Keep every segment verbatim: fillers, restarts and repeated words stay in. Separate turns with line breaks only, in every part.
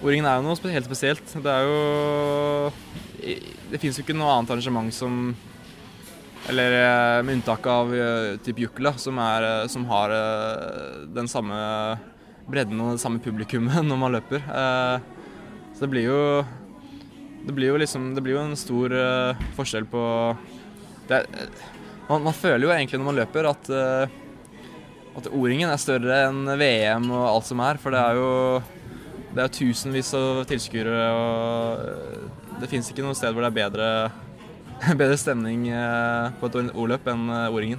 O-ringen er jo noe helt spesielt. Det er jo Det finnes jo ikke noe annet arrangement som eller med unntak av typ Jukkela som er som har den samme bredden og det samme publikummet når man løper. Så det blir jo det blir jo liksom det blir jo en stor forskjell på det er, man, man føler jo egentlig når man løper at at O-ringen er større enn V M og alt som er, for det er jo det er tusenvis av tilskuere og det finnes ikke noe sted hvor det er bedre bedre stemning på et O-løp enn O-ringen.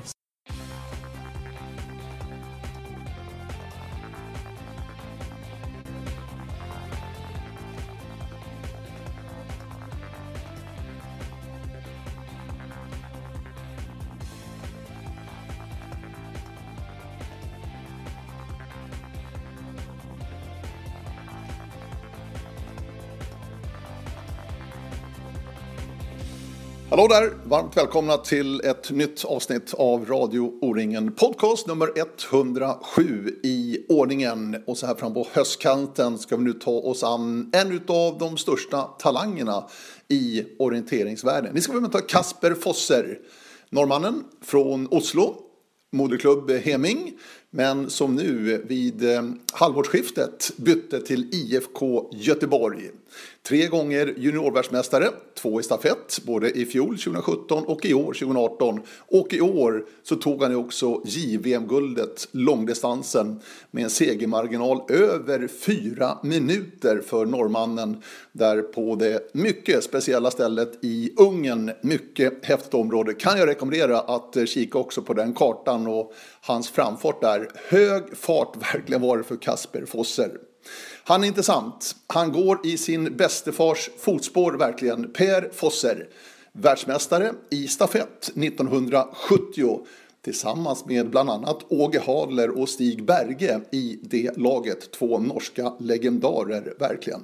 Hallå där, varmt välkomna till ett nytt avsnitt av Radio O-ringen podcast nummer etthundrasju i ordningen. Och så här fram på höstkanten ska vi nu ta oss an en av de största talangerna i orienteringsvärlden. Vi ska börja med att ta Kasper Fosser, norrmannen från Oslo, moderklubb Heming, men som nu vid halvårsskiftet bytte till I F K Göteborg. Tre gånger juniorvärldsmästare, två i stafett, både i fjol tjugosjutton och i år tjugoarton. Och i år så tog han ju också J V M-guldet, långdistansen, med en segermarginal över fyra minuter för norrmannen. Där på det mycket speciella stället i Ungern, mycket häftigt område. Kan jag rekommendera att kika också på den kartan och hans framfart där. Hög fart verkligen var det för Kasper Fosser. Han är intressant. Han går i sin bästefars fotspår verkligen. Per Fosser, världsmästare i stafett nittonhundrasjuttio. Tillsammans med bland annat Åge Hadler och Stig Berge i det laget. Två norska legendarer verkligen.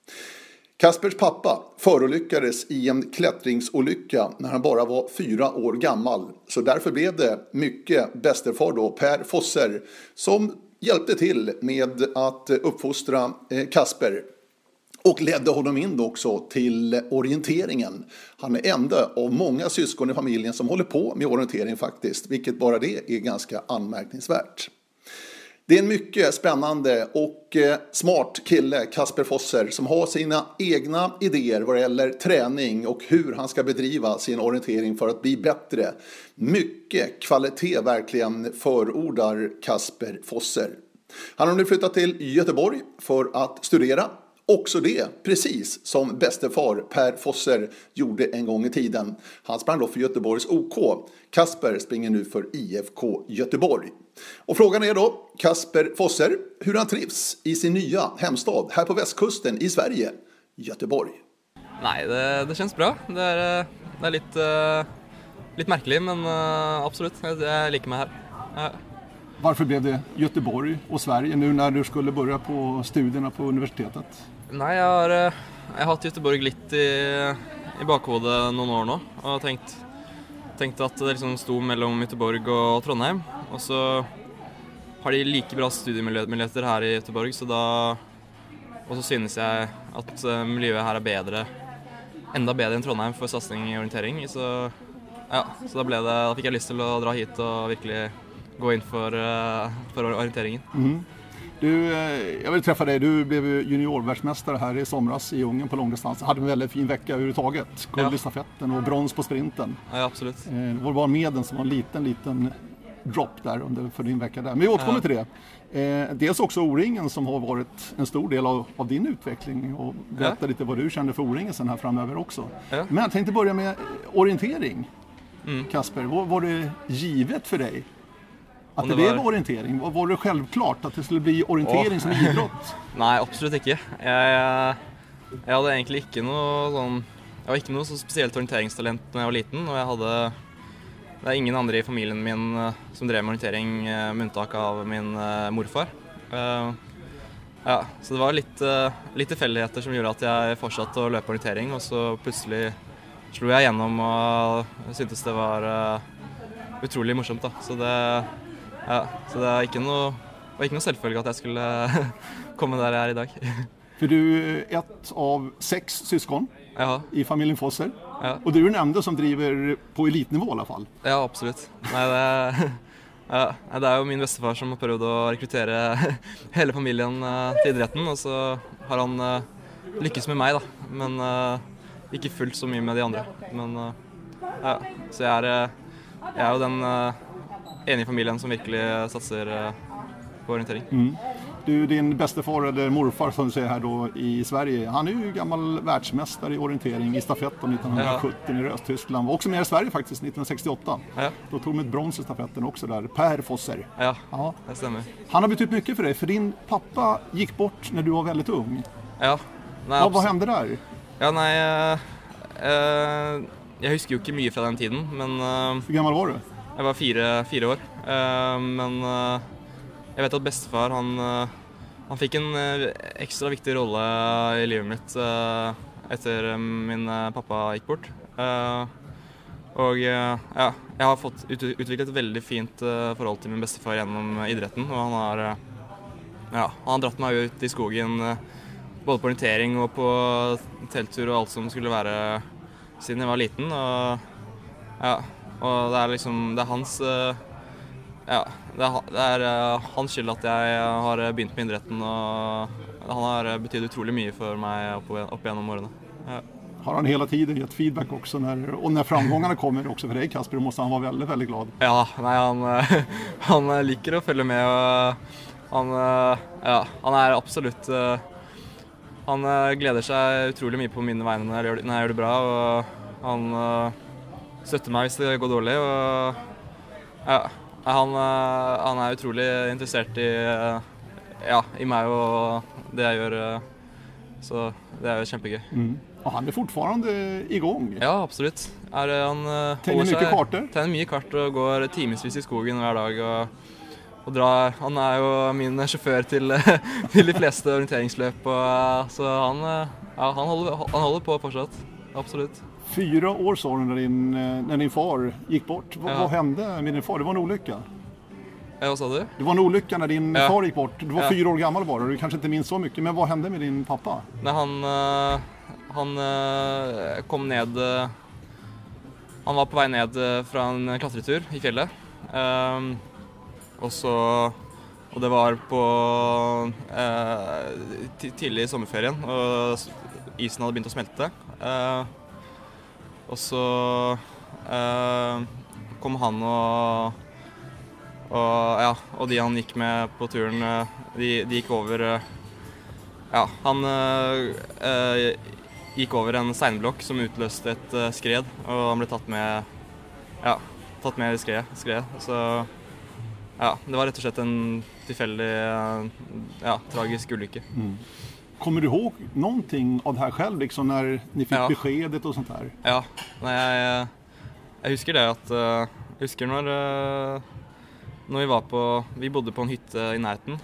Kaspers pappa förolyckades i en klättringsolycka när han bara var fyra år gammal. Så därför blev det mycket bästefar då, Per Fosser, som hjälpte till med att uppfostra Kasper och ledde honom in också till orienteringen. Han är enda av många syskon i familjen som håller på med orientering faktiskt, vilket bara det är ganska anmärkningsvärt. Det är en mycket spännande och smart kille, Kasper Fosser, som har sina egna idéer vad det gäller träning och hur han ska bedriva sin orientering för att bli bättre. Mycket kvalitet verkligen förordar Kasper Fosser. Han har nu flyttat till Göteborg för att studera. Också det, precis som bästefar Per Fosser gjorde en gång i tiden. Han sprang då för Göteborgs O K. Kasper springer nu för I F K Göteborg. Och frågan är då, Kasper Fosser, hur han trivs i sin nya hemstad här på västkusten i Sverige, Göteborg.
Nej, det, det känns bra. Det är, det är lite, uh, lite märkligt, men uh, absolut, jag, jag liker mig här. Ja.
Varför blev det Göteborg och Sverige nu när du skulle börja på studierna på universitetet?
Nej, jag har, jag har haft Göteborg lite i, i bakhodet någon år nu och tänkt, tänkt att det liksom stod mellan Göteborg och Trondheim. Och så har de lika bra studiemöjligheter här i Göteborg, så då, och så synes jag att miljön här är bättre, ända bättre än Trondheim för satsning i orientering. Så ja, så då blev det, då fick jag lust till att dra hit och verkligen gå in för, för orienteringen.
Mm. Du, jag vill träffa dig. Du blev juniorvärldsmästare här i somras i Ungern på långdistans. Hade en väldigt fin vecka överhuvudtaget. Guld ja. i stafetten och brons på sprinten.
Ja, absolut.
Det var bara medlen som var en liten, liten drop där under för din vecka där. Men vi återkommer ja. till det. Dels också O-ringen som har varit en stor del av, av din utveckling. Och berätta ja. lite vad du kände för O-ringen sen här framöver också. Ja. Men jag tänkte börja med orientering. Mm. Kasper, var, var det givet för dig att det, det blev var... orientering? Var, var det självklart att det skulle bli orientering oh. som idrott?
Nej, absolut inte. Jag, jag, jag hade egentligen inte något sån, jag var inte något så speciellt orienteringstalent när jag var liten, och jag hade det är ingen andra i familjen min som drev med orientering med undantag av min morfar. Uh, ja, så det var lite lite tillfälligheter som gjorde att jag fortsatte att löpa orientering, och så plötsligt slog jag igenom och jag syntes det var uh, otroligt morsomt då. Så det ja, så det är inte något var inte någon självföljd att jag skulle komma där jag är idag.
För du är ett av sex syskon
Ja.
i familjen Fosser.
Ja.
Och du är den enda som driver på elitnivå i alla fall.
Ja, absolutt. Nei, det, ja, det er jo min bestefar som har prøvd å rekruttere hele familien eh, til idretten, og så har han eh, lykkes med meg, da. Men eh, ikke fullt så mye med de andre. Men eh, ja, så jeg er, eh, jeg er jo den eh, ene i familien som virkelig satser eh, på orientering.
Mm. Du, din bästefar eller morfar som du säger här då i Sverige, han är ju gammal världsmästare i orientering i stafetten nittonhundrasjuttio ja. i Östtyskland. Var också med i Sverige faktiskt nittonhundrasextioåtta. Ja. Då tog de ett brons i stafetten också där. Per Fosser.
Ja, ja, det stämmer.
Han har betytt mycket för dig, för din pappa gick bort när du var väldigt ung.
Ja.
Nej, ja, vad hände där?
Ja, nej... Uh, uh, jag husker jo ikke mye fra den tiden, men... Uh,
Hur gammal var du?
Jeg var fire, fire år. Uh, men... Uh, Jeg vet at bestefar, han, han fikk en ekstra viktig rolle i livet mitt etter min pappa gikk bort. Og ja, jeg har fått utviklet et veldig fint forhold til min bestefar gjennom idretten. Og han har, ja, han har dratt meg ut i skogen både på orientering og på telttur og alt som skulle være siden jeg var liten. Og, ja, og det er liksom, det er hans... Ja, det er, det er uh, hans skyld at jeg har begynt med idretten, og han har betytt utrolig mye for meg opp, opp gjennom årene. Ja.
Har han hela tiden gett feedback också när, och när framgångarna kommer också för dig, Kasper, måste han vara väldigt, väldigt glad?
Ja, nej, han, han liker att följa med, och han, ja, han är absolut, han gleder sig otroligt mycket på mina vägnar när jag, när jag gör det bra, och han stöttar mig hvis det går dåligt, och ja. Han, han er utrolig interessert i, ja, i meg og det jeg gjør, så det er jo kjempegøy. Mm.
Og han er fortfarande igång?
Ja, absolutt. Er, han
tegner mye karter?
Tegner mye kart og går timesvis i skogen hver dag. Og, og drar. Han er jo min sjåfør til, til de fleste orienteringsløp, og, så han, ja, han, holder, han holder på fortsatt, absolutt.
Fyra år sa du när din, när din far gick bort. Vad, ja. vad hände med din far? Det var en olycka.
Ja, vad sa du?
Det var en olycka när din ja. far gick bort. Du var ja. fyra år gammal bara. Du kanske inte minns så mycket. Men vad hände med din pappa?
Nej, han, han kom ned. Han var på väg ned från en klatretur i fjället. Um, och så och det var på uh, tidig i sommerferien, och isen hade begynt att smälta. Uh, Og så eh, kom han og, og, ja, og de han gikk med på turen, de, de gikk over, ja, han eh, gikk over en steinblokk som utløste et uh, skred, og han ble tatt med, ja, tatt med i skredet, skredet. Så ja, det var rett og slett en tilfeldig, ja, tragisk ulykke. Mm.
Kommer du ihåg någonting av det här själv, liksom när ni fick ja. beskedet och sånt här?
Ja, nej, jag, jag husker det att jag husker när när vi var på vi bodde på en hytte i närheten.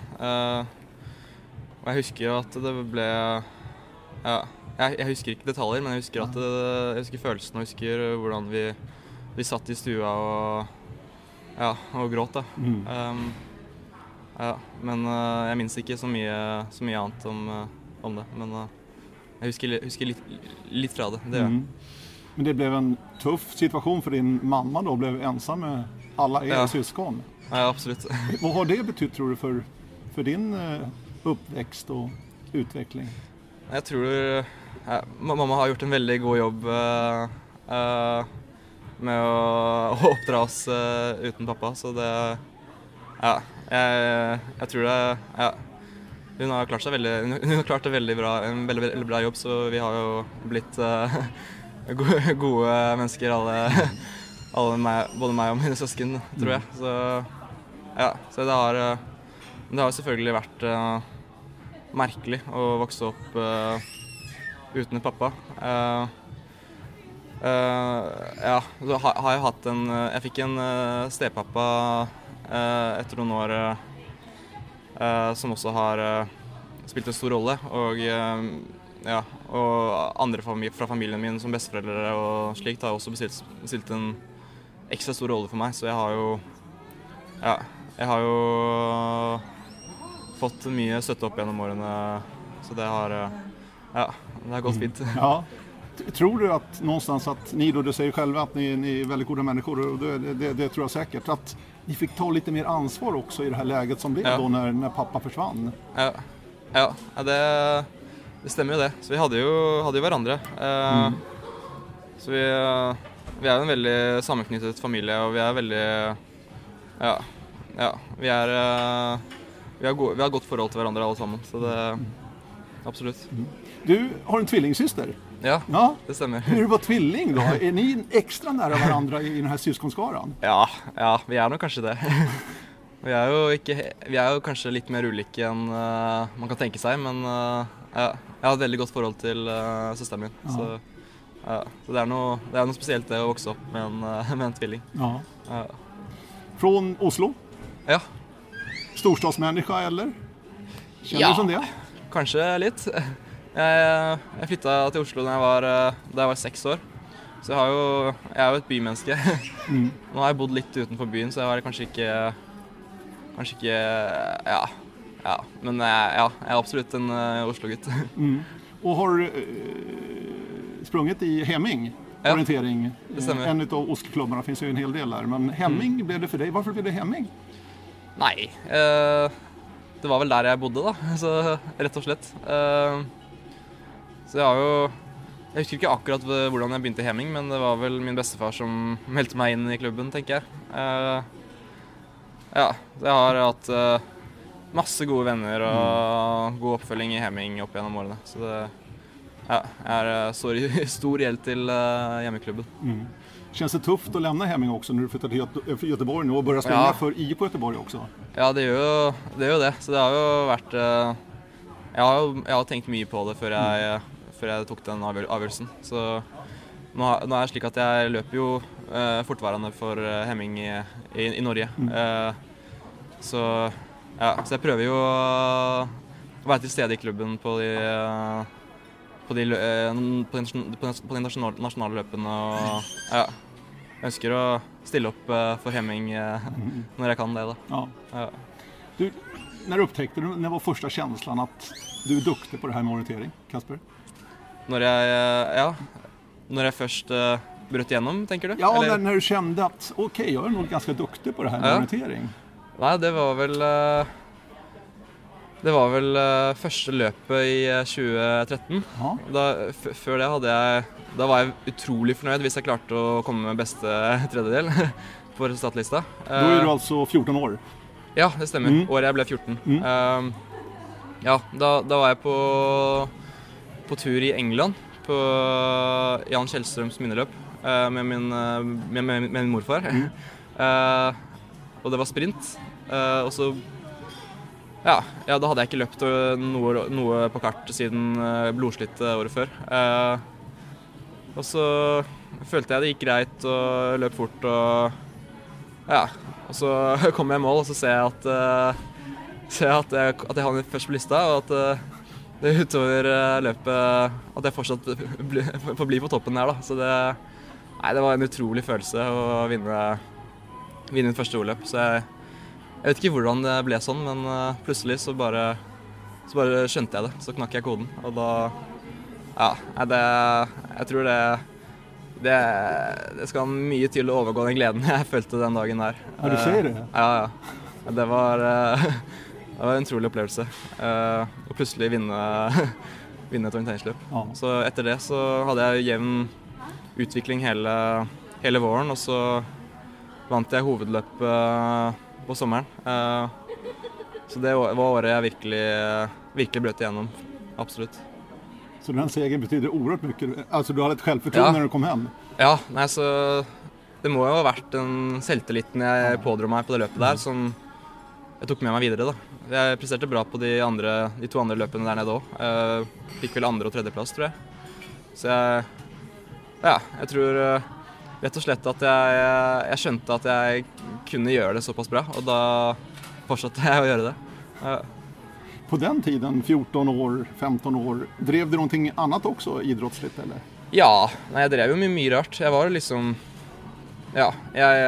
Och jag husker ju att det blev ja, jag jag husker inte detaljer, men jag husker att det, jag husker følelsen, och husker hur vi vi satt i stua och ja, och gråt då. Mm. Um, ja, men jag minns inte så mycket så mycket annat om om det, men uh, jag husker, husker lite, lite fra det, det mm.
Men det blev en tuff situation för din mamma då, blev ensam med alla era
ja.
syskon.
Ja, absolut.
Vad har det betytt, tror du, för, för din uh, uppväxt och utveckling?
Jag tror ja, mamma har gjort en väldigt god jobb uh, uh, med att uppdra oss uh, utan pappa, så det ja, jag, jag tror det ja. Hun har klart seg veldig, hun har klart det veldig bra, en veldig, veldig bra jobb, så vi har jo blitt uh, gode, gode mennesker, alle, alle meg, både meg og mine søsken, tror jeg. Så, ja, så det har, det har selvfølgelig vært uh, merkelig å vokse opp uh, uten en pappa. Uh, uh, ja, så har, har jeg hatt en, jeg fikk en uh, stepappa uh, etter noen år, uh, Uh, som også har uh, spilt en stor rolle, og, uh, ja, og andre familie, fra familien min som besteforeldre og slikt har også bestilt, bestilt en ekstra stor rolle for meg, så jeg har jo ja, jeg har jo fått mye støtte opp gjennom årene Så det har, eh, ja, det har gått fint.
Mm. Ja. Tror du att någonstans att ni då, du säger själva att ni, ni är väldigt goda människor och det, det, det tror jag säkert, att ni fick ta lite mer ansvar också i det här läget som blev ja. då när, när pappa försvann?
Ja, ja det, det stämmer ju det. Så vi hade ju, hade ju varandra. Eh, mm. Så vi, vi är en väldigt sammanknyttet familj och vi är väldigt, ja, ja vi är, vi har, go, vi har gott förhåll till varandra allesammans, så det, absolut.
Mm. Du har en tvillingsyster.
Ja, ja, det stämmer.
Hur var tvilling då? Är ni extra nära varandra i den här syskonskaran?
Ja, ja, vi är nog kanske det. Vi är ju inte, vi är ju kanske lite mer olika än uh, man kan tänka sig, men uh, ja, jag har ett väldigt gott förhåll till uh, systern min. Ja. Så, uh, så det är nog det är något speciellt det också med en, uh, med en tvilling. Ja.
Uh. Från Oslo?
Ja.
Storstadsmänniska eller? Känner
ja,
du som det?
Kanske lite. Jag, jag flyttade till Oslo när jag var, da jag var sex år. Så jag, har jo, jeg er jo et bymenneske. Mm. Nå har jeg bodd litt utenfor byen, så jeg har kanskje ikke, kanskje ikke ja, ja. Men jeg, ja, jeg er absolutt en uh, Oslo-gutt.
Mm. Och har uh, sprungit i Hemming, ja, orientering. Det stämmer. En av Oslo-klubbarna finns ju en hel del där. Men Hemming mm. blev det för dig. Varför blev det Hemming?
Nej, uh, det var väl där jag bodde då, så rett og slett. Uh, så jeg har jo, jeg husker ikke akkurat hvordan jeg begynte i Hemming, men det var vel min bestefar som meldte meg inn i klubben, tenker jeg. Uh, ja, jeg har hatt uh, masse gode venner og mm. god oppfølging i Hemming opp gjennom årene. Så det, ja, jeg er stor, stor hjälp till uh, hjemmeklubben. Mm.
Känns det tufft att lämna Hemming också när du flyttar till Göte- Göteborg nu och börjar spela ja. för I F K Göteborg också?
Ja, det är ju det, är ju det. Så det har ju varit uh, jag har jag har tänkt mycket på det för jag mm. för jag tog den avgör- avgörelsen. Så nu har nu är det slik att jag löper ju uh, fortfarande för Hemming i, i, i Norge. Mm. Uh, så ja, så jag prövar ju att vara till stede i klubben på de uh, på de uh, på de, på de nationella nationella löpen och ja, jag önskar att ställa upp uh, för Hemming uh, mm. när jag kan det då. Ja. Ja.
Du, när upptäckte du, när var första känslan att du är duktig på det här med orientering, Kasper?
När jag, ja, när jag först uh, bröt igenom, tänker du?
Ja, när, när du kände att okej, okay, jag är nog ganska duktig på det här med ja. orientering.
Nej, det var väl uh, det var väl uh, första löpet i tjugo tretton. Ja. Då f- för det hade jag då var jag otroligt förnöjd hvis jag klarte att komma med bästa tredjedel på resultatlistan.
Då är du alltså fjorton år.
Ja, det stämmer. Mm. Året jag blev fjorton. Mm. Um, ja, då då var jag på på tur i England på Jan Kjellströms minneløp uh, med min uh, med, med, med min morfar. Mm. Uh, och det var sprint. Uh, och så ja, ja, då hade jag inte löpt noe, noe på kart siden uh, blodslitt året før. Uh, og så følte jeg det gikk greit og løp fort og ja, og så kommer jeg i mål og så ser jeg at, uh, ser jeg at, jeg, at jeg havner først på lista og at uh, det utover uh, løpet at jeg fortsatt bli, får bli på toppen der da. Så det, nei, det var en utrolig følelse å vinne, vinne mitt første O-løp. Så jeg Jeg vet ikke hvordan det ble sånn, men uh, plutselig så bare, så bare skjønte jeg det. Så knakk jeg koden, og da, ja, det, jeg tror det, det, det skal mye til å overgå den gleden jeg følte den dagen der.
Ja, du ser det?
Uh, ja, ja. Det var, uh, det var en utrolig opplevelse. Uh, å plutselig vinne, vinne et orienteringsløp. Ja. Så etter det så hadde jeg jevn utvikling hele, hele våren, og så vant jeg hovedløpet uh, på sommaren. Uh, så det var året jag verkligen verkligen bröt igenom. Absolut.
Så den segern betyder oerhört mycket. Alltså du hade ett självförtroende ja. när du kom hem.
Ja, nej så det må ju ha varit en självtillit när jag ja. pådrog mig på det löpet där som jag tog med mig vidare då. Jag presterade bra på de andra de två andra löpen där nere då. Uh, fick väl andra och tredje plats tror jag. Så jag, ja, jag tror uh, rett og slett at jeg, jeg, jeg skjønte at jeg kunne gjøre det såpass bra, og da fortsatte jeg å gjøre det. Ja.
På den tiden, fjorton år, femton år, drev du någonting annat också idrottsligt eller?
Ja, nej, jag drev ju med mye rart. Jag var liksom, ja, jag,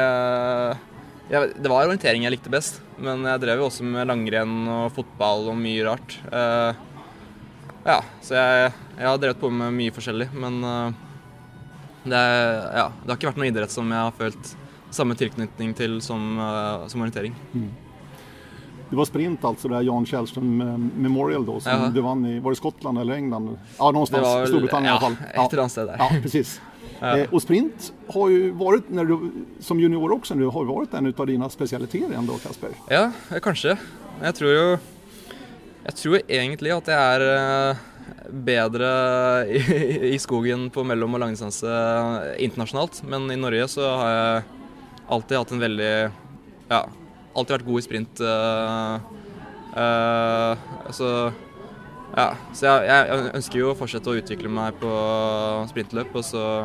jag, det var orientering jag likte bäst, men jag drev ju också med langrenn och fotboll och mye rart. Ja, så jeg, jeg har drevet på med mye forskjellig, men uh, det, ja, det har ikke vært noen idrett som jeg har følt samme tilknytning til som, uh, som orientering.
Mm. Det var sprint alltså, där Jan Källström Memorial då, som Jaha. du vann i, var det Skottland eller England? Ja, någonstans i Storbritannien
ja,
i alla fall. Ja,
ett eller annat sted där.
Ja, precis.
Ja.
Eh, och sprint har ju varit, när du, som junior också nu, har varit en av dina specialiteter ändå, Kasper.
Ja, kanske. Jag tror ju, jag tror egentligen att det är uh, bedre i, i skogen på mellom- och langdistans uh, internationellt, men i Norge så har jag alltid haft en väldigt, ja, alltid varit god i sprint. Uh, uh, alltså, ja, så jag, jag önskar ju att fortsätta att utveckla mig på sprintlöp och så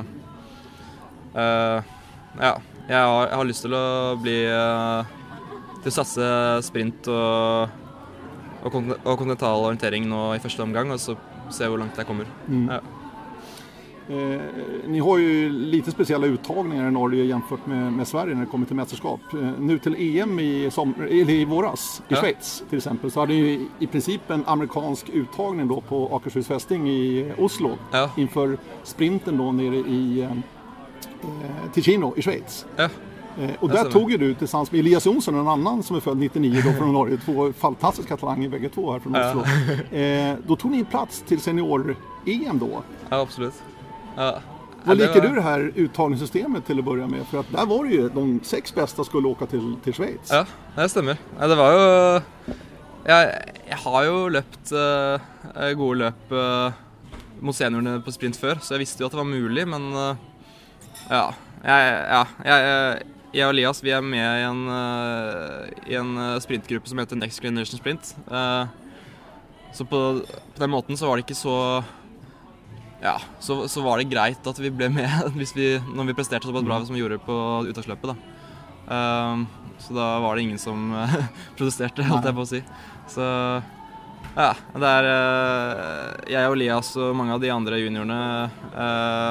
uh, ja, jag har, jag har lust till att bli uh, till att satsa sprint och och, och kontinental orientering nu i första omgång och så se hur långt jag kommer.
Mm. Ja. Eh, ni har ju lite speciella uttagningar i Norge jämfört med, med Sverige när det kommer till mästerskap. Eh, nu till E M i, som, eller i våras i ja. Schweiz till exempel, så hade ju i princip en amerikansk uttagning då på Akershus fästing i Oslo ja. inför sprinten då nere i eh, Ticino i Schweiz. Ja. Eh, och där tog ju du tillsammans med Elias Jonsson och en annan som är född nittionio då från Norge, två fantastiska talanger bägge två här från Oslo. Ja. Eh, då tog ni plats till senior-E M då.
Ja, absolut. Ja.
Vad liker var... du det här uttagningssystemet till att börja med? För att där var det ju de sex bästa skulle åka till, till Schweiz.
Ja, det stämmer. Ja, det var ju... Jag, jag har ju löpt uh, goda löp uh, mot seniorerna på sprint för, så jag visste ju att det var möjligt, men uh, ja, jag, ja jag, jag och Elias, vi är med i en, uh, i en sprintgrupp som heter Next Generation Sprint. Uh, så på, på den måten så var det inte så... Ja, så, så var det greit att vi blev med hvis vi, när vi presterade så bra som vi gjorde på uttagsløpet. Da. Um, så då var det ingen som uh, protesterade, holdt jeg på att säga. Så ja, det är uh, jag och Elias och många av de andra juniorerna uh,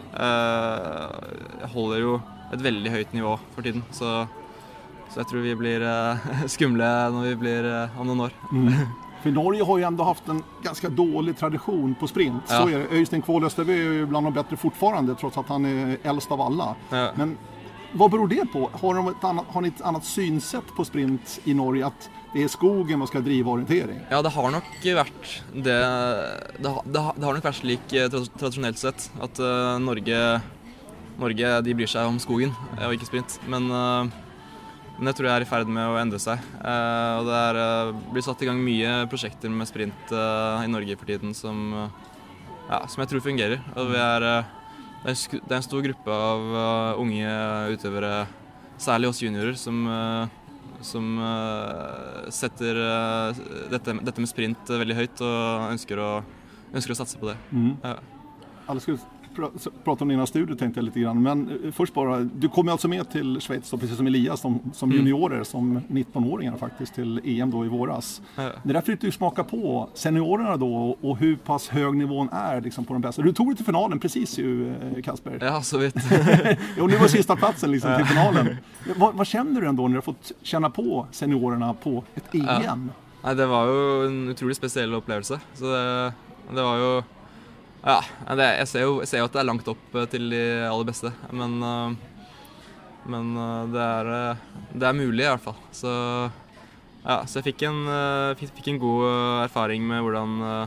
uh, håller ju ett väldigt högt nivå för tiden. Så, så jag tror vi blir uh, skumle när vi blir uh, om några år.
Mm. För Norge har ju ändå haft en ganska dålig tradition på sprint. Ja. Så är det. Öystein Kvål Østebø är ju bland de bättre fortfarande trots att han är äldst av alla. Ja. Men vad beror det på? Har, de ett annat, har ni ett annat synsätt på sprint i Norge? Att det är skogen man ska driva orientering?
Ja, det har nog varit det. Det har, det har, det har nog varit slik traditionellt sett att uh, Norge, Norge de bryr sig om skogen och inte sprint. Men... Uh, Men det tror jag är i färd med att ändra sig. Uh, och det är, uh, blir satt igång mycket projekt med sprint uh, i Norge för tiden som, uh, ja, som jag tror fungerar. Och vi är, uh, det, är det är en stor grupp av uh, unga utövare, särskilt oss juniorer, som, uh, som uh, sätter uh, detta, detta med sprint uh, väldigt högt och önskar att, önskar att satsa på det.
Mm. Uh. Alldeles prata om dina studier tänkte jag lite grann, men först bara, du kom alltså med till Schweiz då, precis som Elias som, som mm. juniorer, som nitton-åringar faktiskt till E M då i våras. Ja. Det är därför att du smaka på seniorerna då och hur pass hög nivån är liksom på de bästa. Du tog dig till finalen precis ju, Kasper.
Ja, så vet.
Och nu var sista platsen liksom ja. till finalen. Vad, vad känner du ändå när du har fått känna på seniorerna på ett E M?
Ja. Ja, det var ju en otroligt speciell upplevelse. Så det, det var ju ja, det, jag ser ju jag ser ju att det är långt upp till de allra bästa, men men det är det är möjligt i alla fall. Så ja, så jag fick en fick, fick en god erfaring med hur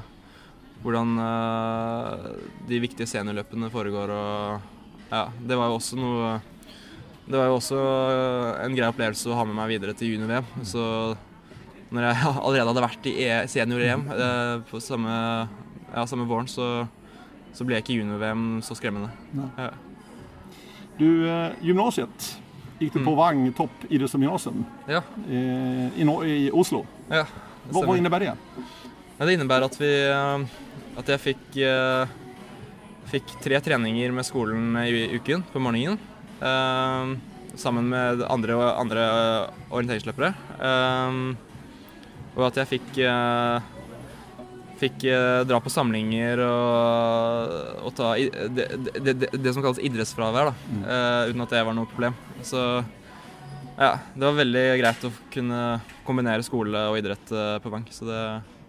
hur de viktiga seniorlöpen föregår och ja, det var ju också något det var ju också en grei upplevelse att ha med mig vidare till junior-V M. Så när jag redan hade varit i senior-E M på samma ja, samma våren så så blev inte junior-V M så skrämmande. Ja.
Du, eh, gymnasiet gick du mm. på Vang topp idrottsgymnasium
ja.
eh, i, no- i Oslo.
Ja,
vad, vad innebär det?
Ja, det innebär att vi att jag fick eh, fick tre träningar med skolan i uken på morgonen eh, samman med andra andra orienteringslöpare eh, och att jag fick eh, fick eh, dra på samlingar och, och ta i, det, det, det, det som kallas idrottsfravär då, mm. eh, utan att det var något problem. Så ja, det var väldigt grejt att kunna kombinera skola och idrott eh, på Vang, så det,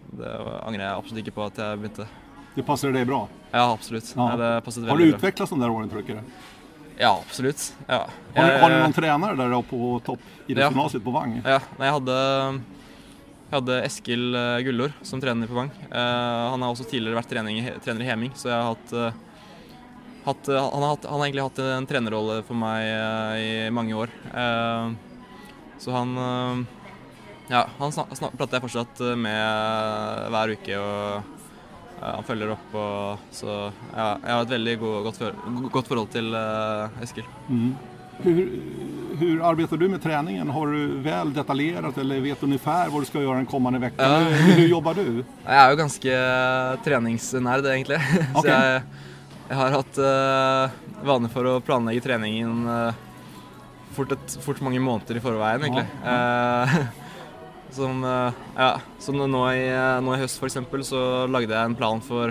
det angrer jeg absolutt ikke på at jeg begynte.
Det passade dig bra?
Ja, absolut.
Ja.
Ja, det passade
Har du
väldigt bra.
utvecklats de där åren, tror du?
Ja, absolut. Ja.
Har, ni,
Jag-
har ni någon tränare där då på topp i det
Ja.
gymnasiet på Vang?
Ja, nej, jag hade, jag hade Eskil eh, Gullor som trener på Vang. Eh, han har också tidigare varit träning, i- tränare i Heming, så jag har haft, eh, haft, eh, han, har haft, han har egentligen haft en tränarroll för mig eh, i många år. Eh, så han, eh, ja, han snak, snak, pratar jag fortsatt med hver uke, och ja, han följer upp, och så ja, jag har ett väldigt go- gott, för, gott förhåll till eh, Eskil.
Mm. Hur, hur arbetar du med träningen? Har du väl detaljerat eller vet ungefär vad du ska göra den kommande veckan?
Ja.
Hur, hur jobbar du?
Jeg er jo ganske treningsnerd, egentlig. Så
Ok.
jeg, jeg har hatt uh, vane for å planlegge treningen uh, fort, et, fort mange måneder i forveien, egentlig. Eh, som, uh, ja, så nå, nå, i, nå i høst, for eksempel, så lagde jeg en plan for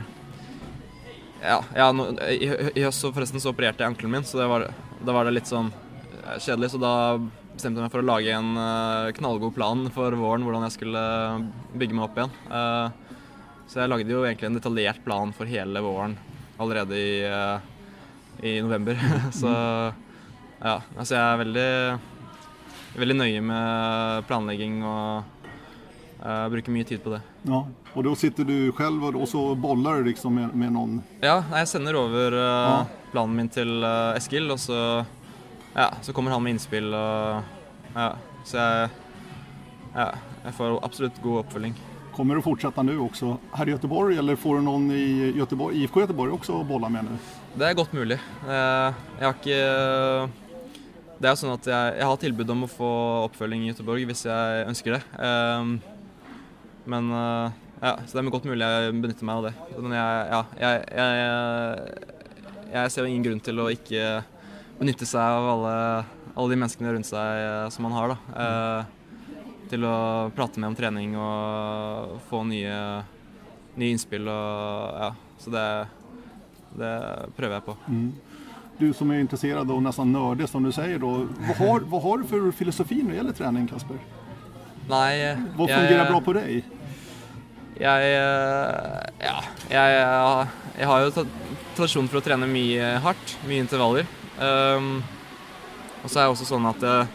Ja, ja nå, i, i høst så forresten så opererte jeg ankelen min, så det var, da var det litt sånn eh, kjedelig. Så da bestemte jeg meg for å lage en uh, knallgod plan for våren, hvordan jeg skulle bygge meg opp igjen. Uh, så jeg lagde jo egentlig en detaljert plan for hele våren allerede i, uh, i november. Så ja, altså jeg er veldig, veldig nøye med planlegging og uh, bruker mye tid på det.
Ja, och då sitter du själv och, och så bollar du liksom med, med någon.
Ja, nei, jeg sender over uh,
Ja.
planen min til uh, Eskil, og så, ja, så kommer han med innspill, og ja, så jeg, ja, jeg får absolutt god oppfølging.
Kommer du fortsätta nu också här i Göteborg eller får du någon i Göteborg, I F K Göteborg också att bolla med nu?
Det er godt mulig. Eh, jeg har ikke... Det er jo sånn at jeg, jeg har tilbud om å få oppfølging i Göteborg hvis jeg ønsker det. Eh, men eh, ja, så det er godt mulig jeg benytter meg av det. Men jeg, ja, jeg, jeg, jeg ser jo ingen grunn til å ikke benytte seg av alle, alle de menneskene rundt seg eh, som man har da. Eh, til å prate med om trening og få nye, nye innspill og ja, så det, det prøver jeg på.
Mm. Du som är intresserad och nästan nördig som du säger då, vad har, vad har du för filosofi när det gäller träning, Kasper?
Nei,
Vad
jeg-
fungerar bra på dig?
Jeg, eh, ja, jeg, jeg, jeg har jo ta- tradisjon for å trene mye hardt, mye intervaller. Um, og så er jeg også sånn at eh,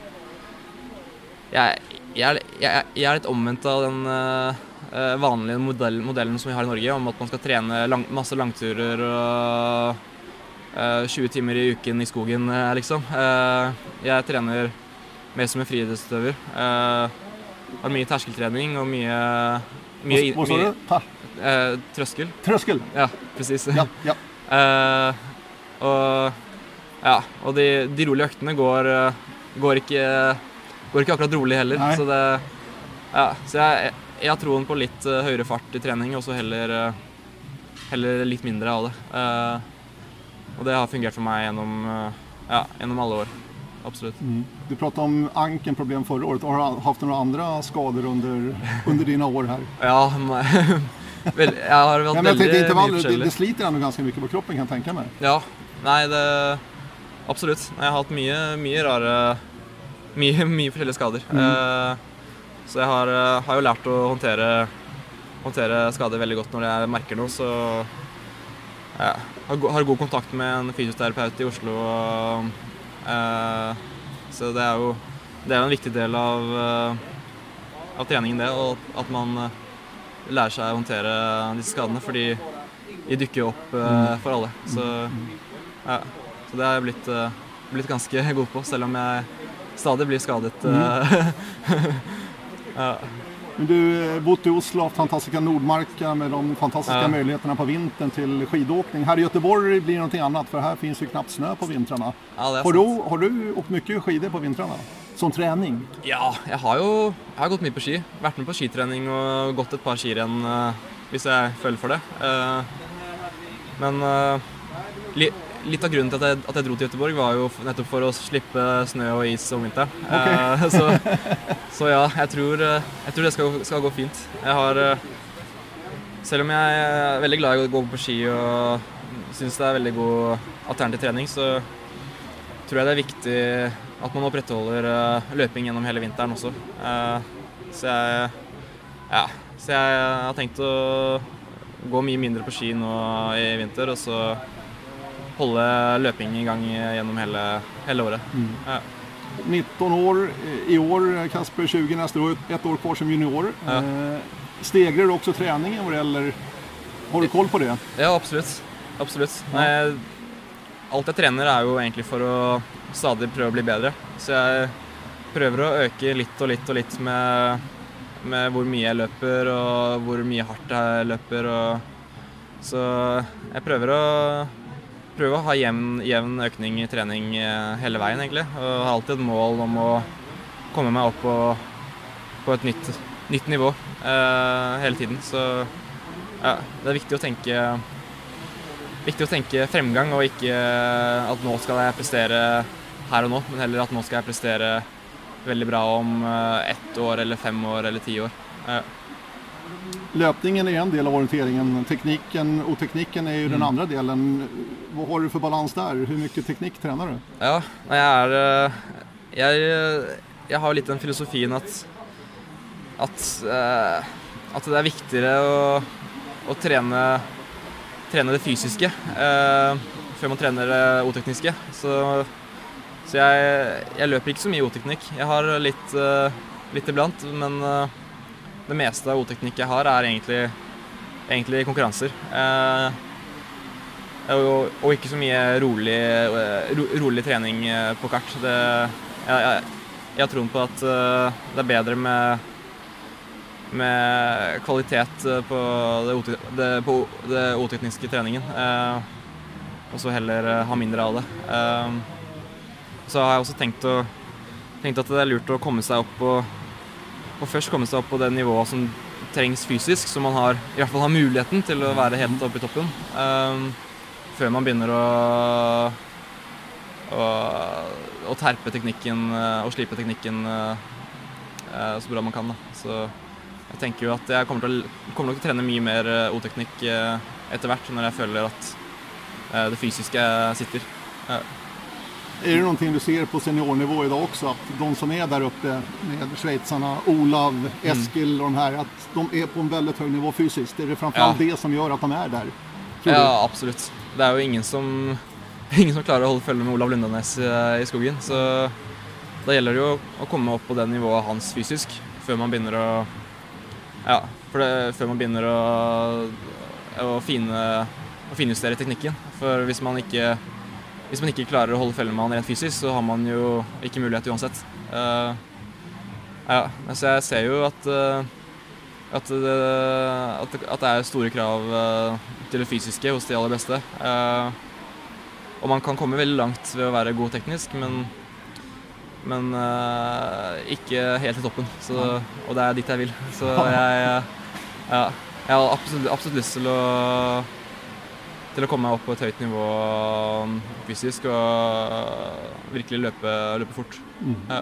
jeg, jeg, er- jeg, jeg er litt omvendt av den eh, eh, vanlige modell, modellen som vi har i Norge, om at man skal trene lang, masse langturer og eh, tjue timer i uken i skogen, eh, liksom. Eh, jeg trener mer som en friidrettsutøver. Uh, har mye terskeltrening og mye, mye,
Vad, vad sa
mye
du? Ta,
eh, tröskel.
tröskel?
Ja, precis.
Ja, ja.
Eh, og ja, og de, de rolige øktene går, eh, går, ikke, går ikke akkurat rolig heller.
Nei.
Så, det, ja, så jeg, jeg har troen på litt eh, høyere fart i trening, og så heller, eh, heller litt mindre av det. Eh, og det har fungert for meg gjennom, eh, ja, gjennom alle år. Absolut.
Mm. Du pratade om ankelproblem förra året. Har du haft några andra skador under, under dina år här?
Ja, men, vel, jeg har
Ja,
vært
men jag tänkte
veldig mye
intervaller, det,
forskjellig.
det sliter ändå ganska mycket på kroppen, kan jag tänka mig.
Ja, nei, det absolutt. Jeg har hatt mye, mye rare, mye, mye forskjellige skader. Eh, så jeg har, eh, har jo lært å håndtere, håndtere skader veldig godt når jeg merker noe, så ja, har, go- har god kontakt med en fysioterapeut i Oslo. Og, eh, så det er jo det er jo en viktig del av, eh, av treningen det, og at man eh, lærer seg å håndtere disse skadene, fordi de dukker jo opp eh, for alle. Så, ja, så det har jeg blitt, eh, blitt ganske god på, selv om jeg stadig blir skadet. eh. ja.
Men du eh, bott i Oslo, haft fantastiska Nordmarka med de fantastiska
Ja.
möjligheterna på vintern till skidåkning. Här i Göteborg blir det någonting annat, för här finns ju knappt snö på vintrarna.
Ja, det er
Har
sant.
du, har du åkt mycket skidor på vintrarna? Som träning?
Ja, jeg har jo jeg har gått mye på ski. Vært med på skitrening og gått et par skirenn eh, hvis jeg føler for det. Eh, men eh, li, litt av grunnen til at jeg, at jeg dro til Göteborg var jo f- nettopp for å slippe snø og is om vinteren. Eh, så, så ja, jeg tror, eh, jeg tror det skal, skal gå fint. Jeg har, eh, selv om jeg er veldig glad i å gå på ski og synes det er veldig god alternativ trening, så tror jeg det er viktig at man opprettholder eh, løping gjennom hele vinteren også. Eh, så jeg, ja, Så jeg har tenkt å gå mye mindre på ski nå i vinter, og så holde løping i gang gjennom hele, hele året. Mm. Ja.
nitton år i år, Kasper tjugo nästa år, ett år kvar som junior. Ja. Eh, stegrar du också träningen vad det gäller, har du koll på det?
Ja, absolutt. Absolutt. Ja. Nei, alt jeg trener er jo egentlig for å stadig prøve å bli bedre. Så jeg prøver å øke litt og litt og litt med, med hvor mye jeg løper og hvor mye hardt jeg løper. Og så jeg prøver å prøve å ha jevn, jevn økning i trening hele veien egentlig. Og har alltid et mål om å komme meg opp på, på et nytt, nytt nivå eh, hele tiden. Så ja, det er viktig å tenke viktig å tenke fremgang, og ikke at nå skal jeg prestere her og nå, men heller at nå skal jeg prestere veldig bra om ett år, eller fem år, eller ti år. Ja.
Löpningen är en del av orienteringen, tekniken och tekniken är ju mm. den andra delen. Vad har du för balans där? Hur mycket teknik tränar du?
Ja, jag är jag jag har lite den filosofin att att att det är viktigare att att träna träna det fysiska eh, før man tränar det otekniske. Så så jag jag löper inte så mycket oteknik. Jag har lite uh, lite ibland, men uh, det mesta av oteknik jag har är egentligen egentligen konkurrenser. Eh, och, och inte så mycket rolig ro, rolig träning på kart. Det jag jag, jag tror på att uh, det är bättre med med kvalitet på det, det, på det otekniske träningen eh, och så heller ha mindre av det. Eh, så har jag också tänkt, å, tänkt att det är lurt att komma sig upp och, och först komma sig upp på den nivå som trängs fysiskt, så man har i alla fall har möjligheten till att vara helt uppe i toppen eh, för man börjar att och, och terpe tekniken och slipa tekniken eh, så bra man kan då. Så jag tänker ju att jag kommer till kommer nog att träna mycket mer oteknik efter vart när jag känner att det fysiska sitter. Ja.
Är det någonting du ser på seniornivå idag också, att de som är där uppe med schweizarna, Olav, Eskil och de här, att de är på en väldigt hög nivå fysiskt? Är det framförallt ja. det som gör att de är där?
Ja, du? Absolut. Det är ju ingen som ingen som klarar att hålla följe med Olav Lundanes i skogen, så då gäller det ju att komma upp på den nivån hans fysisk för man börjar att ja, för det för man börjar att att finna att finjustera tekniken, för hvis man inte hvis man inte klarar att hålla följe med han rent fysiskt, så har man ju inte möjlighet uansett. Uh, ja, så jag ser ju att uh, att, uh, att att det är stora krav uh, till det fysiska hos de allra bästa. Uh, och man kan komma väldigt långt ved att vara god teknisk, men men uh, inte helt i toppen. Så och det är dit jag vill. Så jag ja, jag har absolut absolut lust till att till att komma upp på ett högt nivå fysiskt och verkligen löpa löpa fort. Mm. Ja.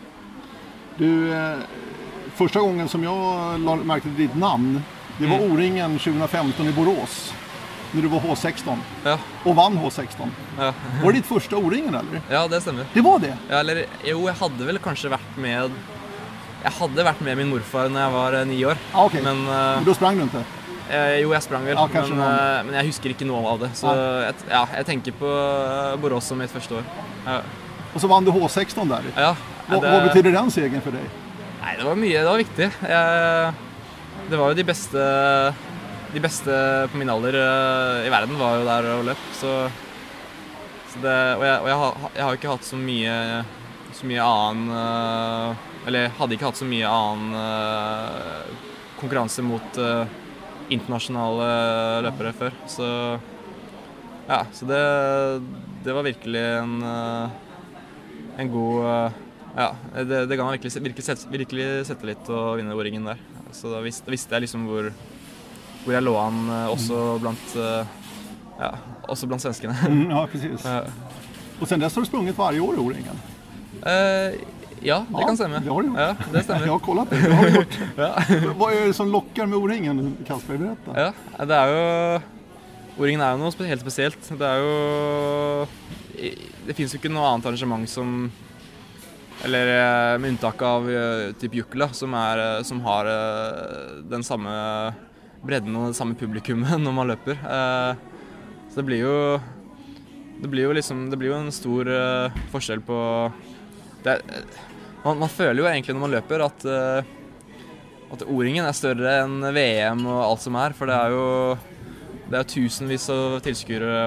Du eh, första gången som jag märkte ditt namn, det var mm. O-ringen tjugo femton i Borås. När du var H sexton. Ja. Och vann H sexton. Ja. Var det ditt första O-ringen eller?
Ja, det stämmer.
Det var det?
Ja, eller jo, jag hade väl kanske varit med Jag hade varit med min morfar när jag var nio år.
Ah, okay.
Men, uh,
men då sprang du inte?
Eh, jo, jag sprang väl,
ja,
men, uh, men jag husker inte något av det. Så ja. Jag, ja, jag tänker på uh, Borås som mitt första år. Ja.
Och så vann du H sexton där?
Ja.
Va,
det,
vad betyder den segern för dig?
Nej, det var mycket, det var viktigt. Jag, det var ju de bästa de bästa på min ålder uh, i världen var ju där och löp, så så det och jag och jag har jag har inte haft så mycket så mycket annan uh, eller hade inte haft så mycket annan uh, konkurrens mot uh, internationella löpare för, så ja, så det det var verkligen en uh, en god uh, ja, det det gav verkligen verkligen verkligen sätta lite och vinna O-ringen där. Så då visste visste jag liksom hvor hvor jag låg an uh, också mm. bland uh, ja, också bland svenskarna.
Mm, ja, precis. Uh, och sen dess har du sprungit varje år i O-ringen?
Uh, Ja, det ja, kan stämma.
Det har du gjort.
Ja, det stämmer.
Jag har kollat det. Det har du gjort. Ja. Vad är det som lockar med O-ringen, Kasper? Berätta.
Ja, det är ju O-ringen är ju något helt speciellt. Det är ju det finns ju inte något annat arrangemang som eller eh, med unntak av eh, typ Jukla, som, er, eh, som har eh, den samme bredden og det samme publikummet når man løper. Eh, så det blir jo det blir jo liksom det blir jo en stor eh, forskjell på det er, man, man føler jo egentlig når man løper at eh, at O-ringen er større enn V M og alt som er, for det er jo det er tusenvis av tilskuere,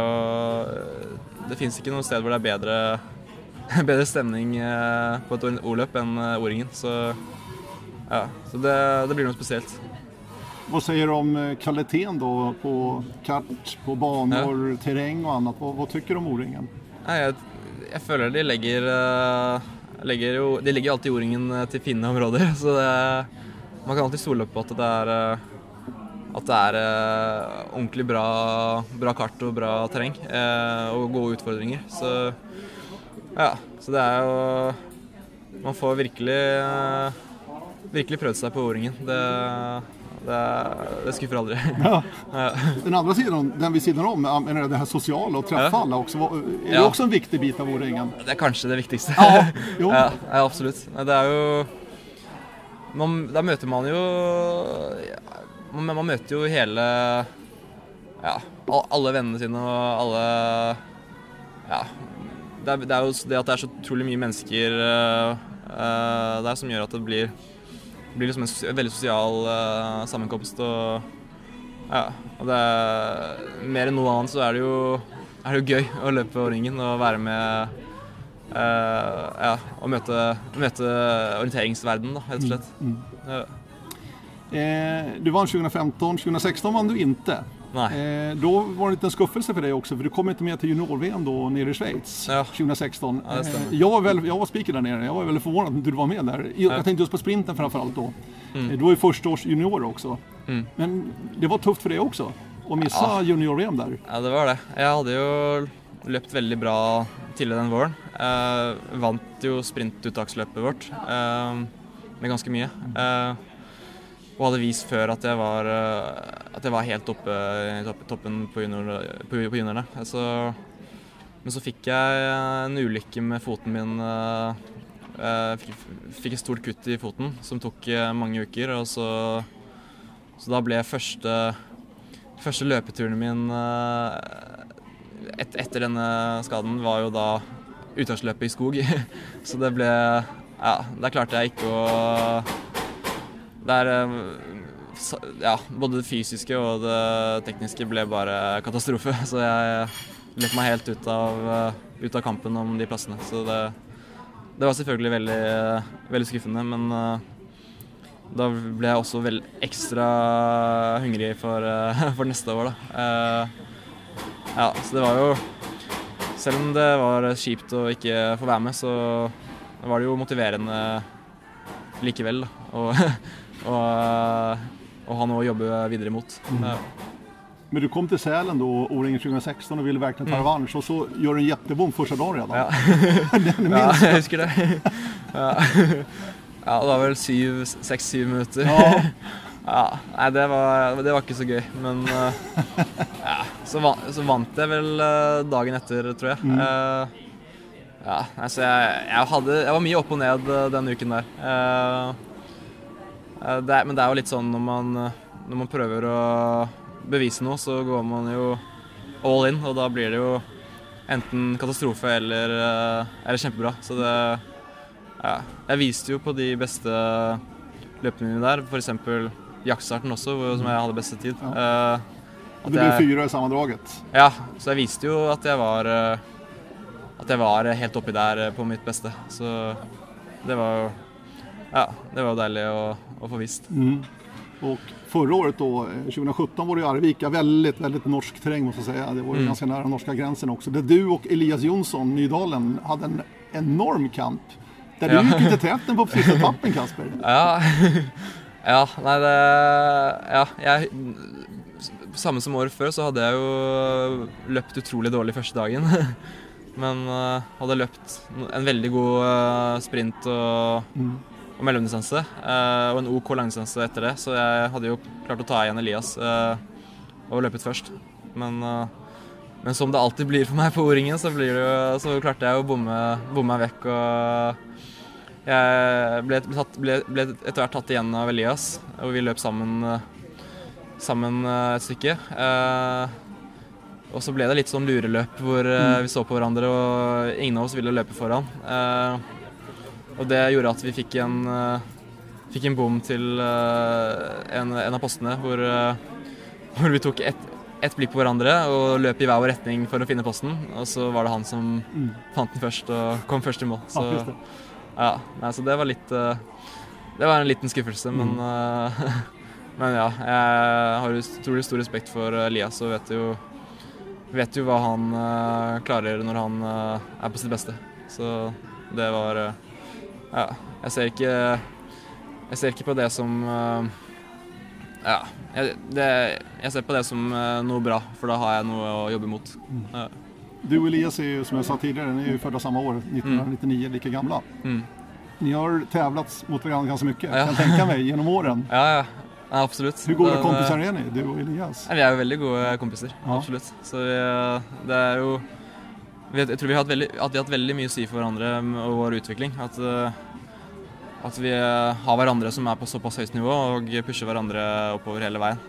og det finnes ikke noe sted hvor det er bedre bedre stemning eh, på et O-løp enn eh, O-ringen, så ja, så det, det blir noe spesielt.
Vad säger du om kvaliteten då på kart, på banor, ja. terräng och annat? Vad, vad tycker du om O-ringen?
Nei, jeg, jeg føler de legger, uh, legger jo, de legger alltid O-ringen til fine områder, så det, man kan alltid stole på at det er, uh, at det er uh, ordentlig bra, bra kart og bra terreng uh, og gode utfordringer. Så ja, så det er jo, man får virkelig, uh, virkelig prøvd seg på O-ringen. Det Det, det skuffer aldrig.
Ja. Den andra sidan, den vi sidan om, är det här sociala och träffa alla också. Är det ja. också en viktig bit av O-ringen?
Det är kanske det viktigaste.
Ja, jo.
ja, ja absolut. Det är ju man, där möter man ju man, man möter ju hela ja, alla vänner sina och alla ja, det är, det är ju det att det är så otroligt mycket människor uh, uh, där som gör att det blir Det blir liksom en veldig sosial uh, sammenkomst, og, ja, og det er, mer enn noe annet så er det jo, er det jo gøy å løpe på ringen og være med uh, ja, og møte, møte orienteringsverdenen da, helt slett. Mm. Mm. Ja.
Eh, du vann tjugo femton, tjugo sexton vann du inte. Eh, då var det en liten skuffelse för dig också, för du kom inte med till junior-V M då nere i Schweiz ja. tjugo sexton. Ja, eh, jag var väl jag var speaker där nere. Jag var väldigt förvånad att du var med där. Jag, ja. jag tänkte just på sprinten framförallt då. Mm. Eh, du var ju första års junior också. Mm. Men det var tufft för dig också att missa ja. junior-V M där.
Ja, det var det. Jag hade ju löpt väldigt bra till den våren. Eh, vant ju sprintuttagsløpet vårt eh, med ganska mycket. Eh, Og hadde vist før at jeg var, at jeg var helt oppe i toppen på, junior, på, på juniorene. Så, men så fikk jeg en ulykke med foten min. Jeg fikk, fikk et stort kutt i foten som tok mange uker. Og så, så da ble første, første løpeturen min et, etter denne skaden var jo da uttagsløpet i skog. Så det ble, ja, der klarte jeg ikke å Der, ja, både det fysiske og det tekniske ble bare katastrofe, så jeg løp meg helt ut av, ut av kampen om de plassene. Så det, det var selvfølgelig veldig, veldig skuffende, men uh, da ble jeg også vel ekstra hungrig for, uh, for neste år. Da. Uh, ja, så det var jo, selv om det var kjipt å ikke få være med, så var det jo motiverende likevel. Da. Og och och han och jobba vidare emot. Mm. Ja.
Men du kom till Sälen då O-ringen tjugo sexton och ville verkligen ta revansch, och så gör du en jättebom första dagen redan.
Ja. ja, jag husker det. ja. ja, det var väl sju sex sju minuter. Ja. ja, nej det var det var inte så gøy, men uh, ja, så van, så vant jag väl uh, dagen efter tror jag. Mm. Uh, ja, alltså jag jag hade jag var mycket upp och ned uh, den uken där. Uh, Det er, men det er jo litt sånn når man, når man prøver å bevise noe, så går man jo all in, og da blir det jo enten katastrofe eller, eller kjempebra. Så det, ja, jeg viste jo på de beste løpene mine der, for eksempel jaktstarten også, som jeg hadde beste tid.
Ja. Uh, det ble fyra i sammandraget.
Ja, så jeg viste jo at jeg var, at jeg var helt oppi der på mitt beste. Så det var jo Ja, det var deilig å, å få visst.
Mm. Och förra året då, tjugo sjutton var det i Arvika, väldigt, väldigt norsk terräng måste jag säga. Det var ju mm. ganska nära norska gränsen också. Där du och Elias Jonsson, Nydalen, hade en enorm kamp. Där ja. du gick inte täten på sista etappen, Kasper.
Ja, ja, nej det... Ja, jag... Samme som året før så hadde jeg jo løpt utrolig dårlig første dagen. Men uh, hadde løpt en veldig god uh, sprint og... Mm. og mellomdistanse, eh, og en OK langdistanse etter det, så jeg hadde jo klart å ta igjen Elias eh, og løpet først. Men, eh, men som det alltid blir for meg på O-ringen, så, blir det jo, så klarte jeg å bomme, bomme meg vekk og, jeg ble, ble, tatt, ble, ble etter hvert tatt igjen av Elias, og vi løp sammen, sammen et stykke. Eh, og så ble det litt sånn lureløp hvor eh, vi så på hverandre, og ingen av oss ville løpe foran. Eh, og det gjorde at vi fikk en, eh, fikk en bom til eh, en, en av postene, hvor, eh, hvor vi tok ett et blikk på hverandre og løp i hver vår retning for å finne posten, og så var det han som mm. fant den først og kom først i mål. Så, ja, nei, så det var litt uh, det var en liten skuffelse, mm. men, uh, men ja, jeg har utrolig stor respekt for Elias og vet jo, vet jo hva han uh, klarer når han uh, er på sitt beste. Så det var uh, ja, jeg ser ikke jeg ser ikke på det som uh, ja, jeg, det, jeg ser på det som uh, noe bra, för då har jag något att jobba mot. Mm. Ja.
Du och Elias är ju, som jag sa tidigare, ni är ju födda samma år, nittonhundranittionio, mm. lika gamla. Mm. Ni har tävlats mot varandra ganska mycket, ja. Kan jag tänka mig, genom åren.
Ja, ja. Ja, absolut.
Hur goda kompisar är ni, du och Elias?
Ja, vi är väldigt goda kompisar, ja. Absolut. Så vi, det är ju, jag tror vi har haft väldigt, att vi har haft väldigt mycket att säga för varandra och vår utveckling. Att, At vi har hverandre som er på såpass høyt nivå og pusher hverandre oppover hele veien.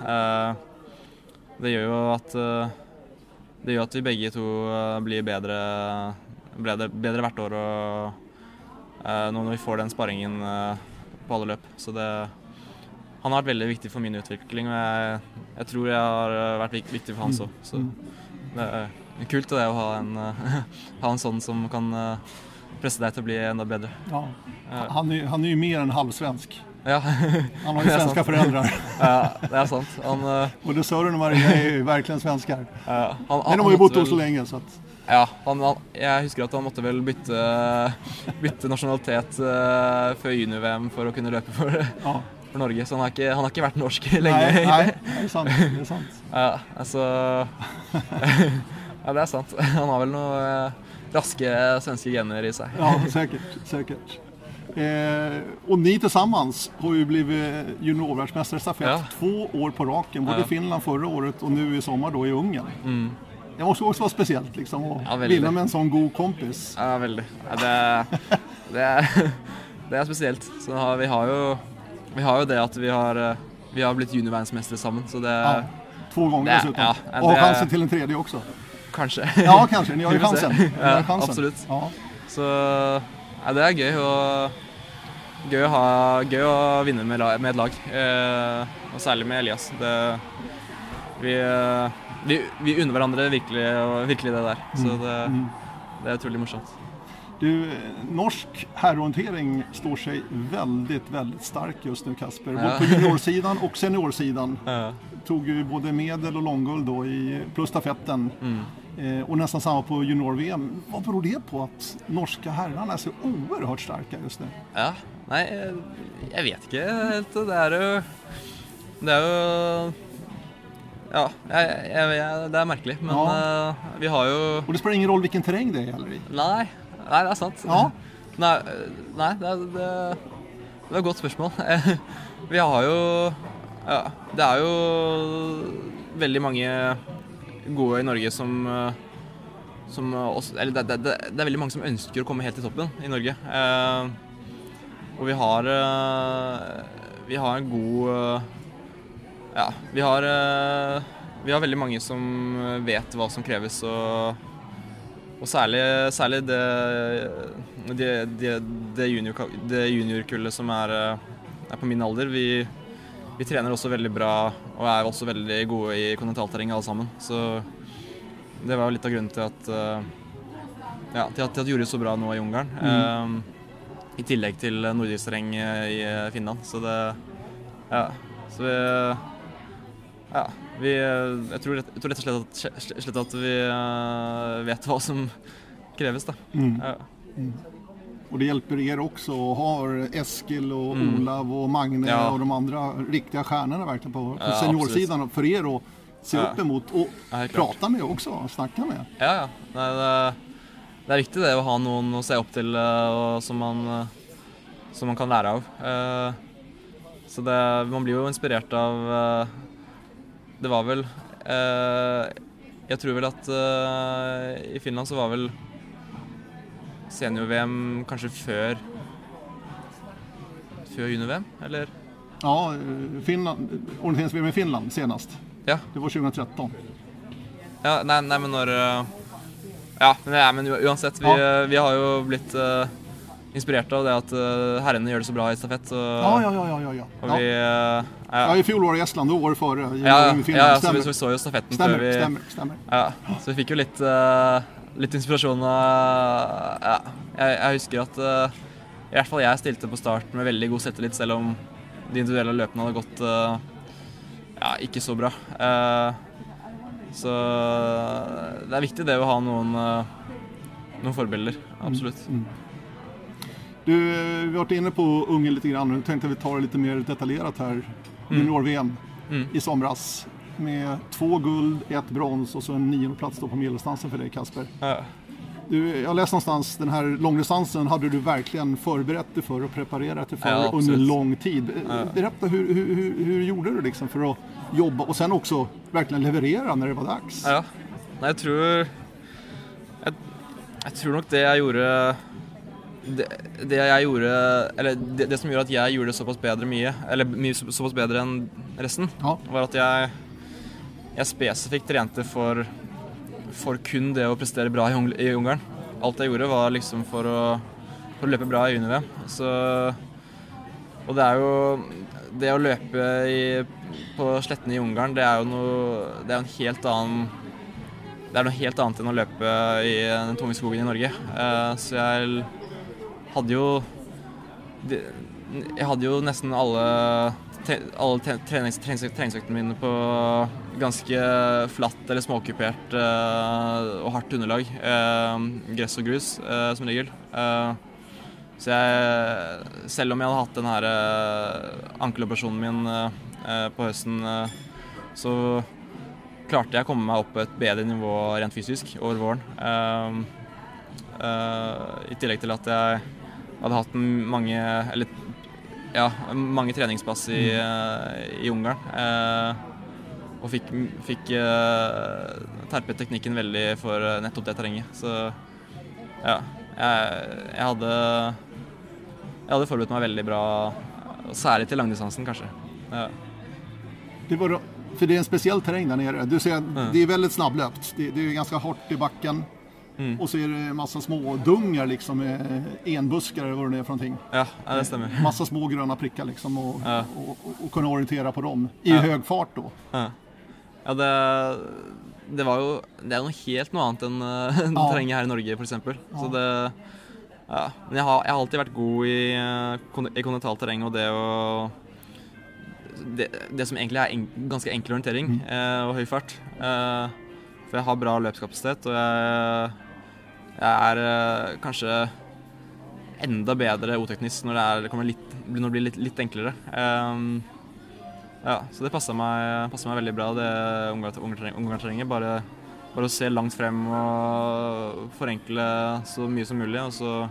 Det gjør jo at, det gjør at vi begge to blir bedre, bedre, bedre hvert år og nå når vi får den sparringen på alle løp. Så det, han har vært veldig viktig for min utvikling, og jeg, jeg tror jeg har vært viktig for hans også. Så det er kult det å ha en, ha en sånn som kan pressa dig att bli ännu bättre. Ja.
Han är han är ju mer än halvsvensk.
Ja.
Han har ju svenska föräldrar.
Ja, det är sant. Han
och det Sören och Maria är ju verkligen svenskar.
Ja, han,
Men de har ju bott så länge så att
ja, han, han jag husker att han måste väl byta byta nationalitet uh, för junior-V M för att kunna löpa för ja. För Norge, så han har inte han har inte varit norsk länge.
Nej, nej, det är sant, det är sant.
Ja, alltså ja, det är sant. Han har väl några uh, raska svenska gener i sig.
Ja, säkert, säkert. Eh, och ni tillsammans har ju blivit juniorvärldsmästare i stafett ja. två år på raken, både i ja. Finland förra året och nu i sommar då i Ungern. Mm. Det måste också vara speciellt liksom att ja, vinna med en sån god kompis.
Ja, väldigt. Ja, det, det, är, det är speciellt. Så har, vi har ju vi har ju det att vi har vi har blivit juniorvärldsmästare samman, så det
ja, två gånger
det,
dessutom.
Ja,
och har chansen till en tredje också.
Kanske.
Ja, kanske. Ni har ju chansen.
Ja, har chansen. Absolut. Ja. Så ja, det är gøy och gøy att ha gøy att vinna med med ett lag. Eh, och särskilt med Elias. Det vi vi vi unnar varandra verkligen och verkligen det där. Så det mm. det är otroligt morsomt.
Du, norsk herrorientering står sig väldigt väldigt stark just nu, Kasper. Både ja. på juniorsidan och seniorsidan. Ja. Tog ju både medel och långguld då i plus stafetten. Mm. Eh, och nästan samma på junior-V M. Vad beror det på att norska herrarna är så oerhört starka just nu?
Ja, nej, jag vet inte helt. Det är ju det är ju ja, jag, jag, jag, det är märkligt, men ja. uh, vi har ju
och det spelar ingen roll vilken terräng det är heller i.
Nej. Nej, det är sant.
Ja.
Nej, nej, det det det var ett gott spörsmål. Vi har ju ja, det är ju väldigt många goda i Norge som som också, eller det, det, det, det är väldigt många som önskar att komma helt till toppen i Norge. Eh, och vi har eh, vi har en god ja, vi har eh, vi har väldigt många som vet vad som krävs och Och särskilt särskilt det det det det junior det juniorkullet som är är på min ålder, vi vi tränar också väldigt bra och är också väldigt goda i kontinentalterräng alla sammen. Så det var lite av grunden till att ja, till att jag gjorde så bra nu i Ungern. Mm. Um, i tillägg till nordisk terräng i Finland, så det ja, så vi, ja, vi jag tror jag tror rätt och slett att, slett att vi uh, vet vad som krävs då. Mm. Ja. Mm.
Och det hjälper er också att ha Eskil och mm. Olav och Magne ja. och de andra riktiga stjärnorna verkligen på, på ja, seniorsidan för er att se ja. upp emot och ja, prata med också och snacka med.
Ja, ja. Nej, det, det är viktigt det att ha någon att se upp till och som man som man kan lära av. Uh, så det, man blir ju inspirerad av uh, det var väl uh, jag tror väl att uh, i Finland så var väl senior-V M kanske för før junior-V M, eller?
Ja, Finland, orienterings-V M i Finland senast.
Ja.
Det var tjugo tretton.
Ja, nei, nei, men når... Uh, ja, men, ja, men uansett, vi, ja. vi har jo blitt uh, inspirert av det at uh, herrene gjør det så bra i stafett. Og,
ja, ja, ja, ja, ja.
Og vi, uh, ja.
ja, i fjol var det Estland, då var det före.
Ja, ja, ja, så vi, så vi så jo stafetten
stemmer,
før vi...
Stemmer, stemmer.
Ja, så vi fikk jo litt, uh, litt inspirasjon av... Ja, jeg, jeg husker at uh, i hvert fall jeg stilte på start med veldig god selvtillit, selv om de individuelle løpene hadde gått uh, ja, ikke så bra. Uh, så det er viktig det å ha noen, uh, noen forbilder, absolutt. Mm, mm.
Du, vi har varit inne på Ungern lite grann. Nu tänkte vi ta det lite mer detaljerat här. Junior-V M mm. i somras. Med två guld, ett brons och så en nionde plats då på medeldistansen för dig, Kasper.
Ja.
Du, jag läste någonstans, den här långdistansen hade du verkligen förberett dig för och preparerat dig för
ja,
under lång tid.
Ja.
Berätta, hur, hur, hur, hur gjorde du liksom för att jobba och sen också verkligen leverera när det var dags?
Ja, nej, jag tror jag, jag tror nog det jag gjorde det, det jag gjorde eller det, det som gjorde att jag gjorde så pass bättre mycket eller mycket så, så pass bättre än resten
ja.
var att jag jag specifikt tränade för för kun det att prestera bra i, i Ungern. Allt jag gjorde var liksom för att för att löpa bra i junior-V M. Så och det är ju det att löpa i på sletten i Ungern, det är ju no, det är en helt annan det är något helt annat än att löpa i den tunga skogen i Norge. Uh, så jag hade ju det, jag hade ju nästan alla alla tränings träningsökterna mina på ganska flatt eller småkuperat uh, och hårt underlag, uh, gräs och grus uh, som regel. Uh, så jag, selv om jag hade haft den här uh, ankeloperationen min uh, på hösten uh, så klarte jag komma mig upp på ett bättre nivå rent fysiskt över våren. Uh, uh, I tillägg till att jag hade haft många eller ja, många träningspass i uh, i Ungern. Uh, och fick fick uh, terpet tekniken väldigt för uh, nettopp det terränget. Så ja, jag jag hade jag hade förberett mig väldigt bra, särskilt till långdistansen kanske. Ja.
Det var för det är en speciell terräng där nere. Du ser mm. det är väldigt snabblöpt. Det, det är ganska hårt i backen. Mm. Och så är det en massa små dungar liksom med enbuskar eller vad det är för någonting.
Ja, ja det stämmer.
Massa små gröna prickar liksom och,
ja.
och, och, och kunna orientera på dem i
ja.
hög fart då.
Ja, ja det, det var ju det är något helt något annat än uh, ja. terränget här i Norge för exempel. Ja. Så det ja, men jag har jag har alltid varit god i uh, i kontinental terräng och det och det, det som egentligen är en, ganska enkel orientering mm. uh, och hög fart. Uh, för jag har bra löpskapacitet och jag jag är uh, kanske ända bättre oteknisk när det är det kommer lite när det blir lite lite enklare. Um, ja, så det passar mig passar mig väldigt bra det Ungern-terränget bara bara att se långt fram och förenkla så mycket som möjligt och så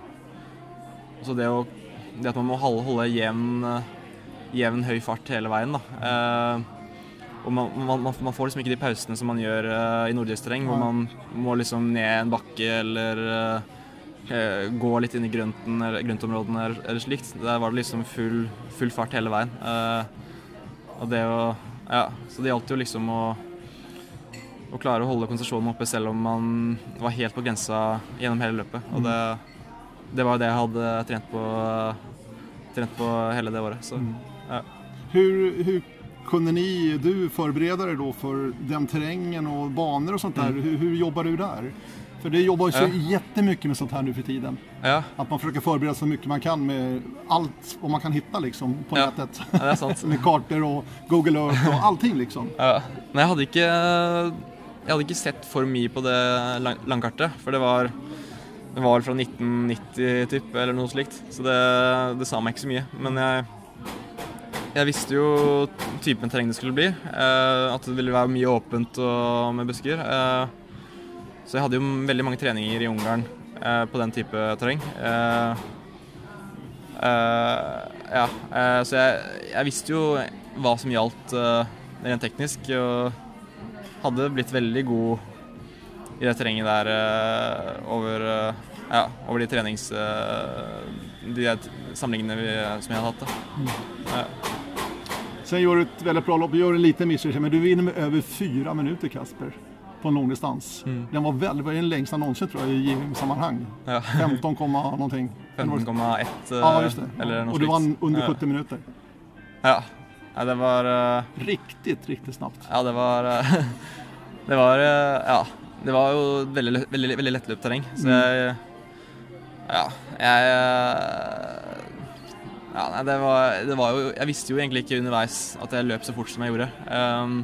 och så det och det att man måste hålla hålla jämn jämn hög fart hela vägen då. Uh, och man man man får liksom inte de pauserna som man gör uh, i nordisk terräng hvor man må liksom ner en backe eller uh, gå lite in i grönten eller gröntområden eller, eller slikt. Där var det liksom full full fart hela vägen. Uh, och det och ja, så det är alltid liksom att och klara att hålla koncentrationen uppe selv om man var helt på gränsen genom hela löpet. Och det det var det jag hade tränat på tränat på hela det året så
mm.
ja.
Hur hur kunde ni du förbereda dig då för den terrängen och banor och sånt där? Mm. Hur, hur jobbar du där? För det jobbar ju så ja. jättemycket med sånt här nu för tiden.
Ja.
Att man försöker förbereda så mycket man kan med allt vad man kan hitta liksom på
ja.
nätet.
Ja, det är sant.
Med kartor och Google Earth och allting liksom.
Ja. Nej, jag hade inte jag hade inte sett för mycket på det landkartet för det var det var från nittonhundranittio typ eller något slikt. Så det det sa mig inte så mycket, men jag jag visste ju typen terräng det skulle bli, eh, att det ville vara mycket öppet och med buskar. Eh, så jag hade ju väldigt många träningar i Ungern eh, på den typen av terräng. Eh, eh, ja, eh, så jag, jag visste ju vad som gjaldt eh, rent tekniskt och hade blivit väldigt god i det terränget där eh, över eh, ja, över de tränings eh, de samlingene vi, som jeg har hatt. Da. Mm. Ja.
Sen gör du ett väldigt bra lopp, gör en liten misslyckelse, men du vinner med över fyra minuter, Kasper, på en långdistans. Mm. Den var väldigt, var den längsta någonsin tror jag i J V M-sammanhang. Ja. femton, någonting.
femton komma ett
ja, just det.
Eller
ja. Och du vann under ja. sjuttio minuter.
Ja. Ja, det var uh...
riktigt, riktigt snabbt.
Ja, det var uh... det var uh... ja, det var ju väldigt väldigt väldigt lättlöpt terräng. Så mm. jag ja, jag ja, nej, det var det var ju jag visste ju egentligen inte underveis att jag löp så fort som jag gjorde. Um...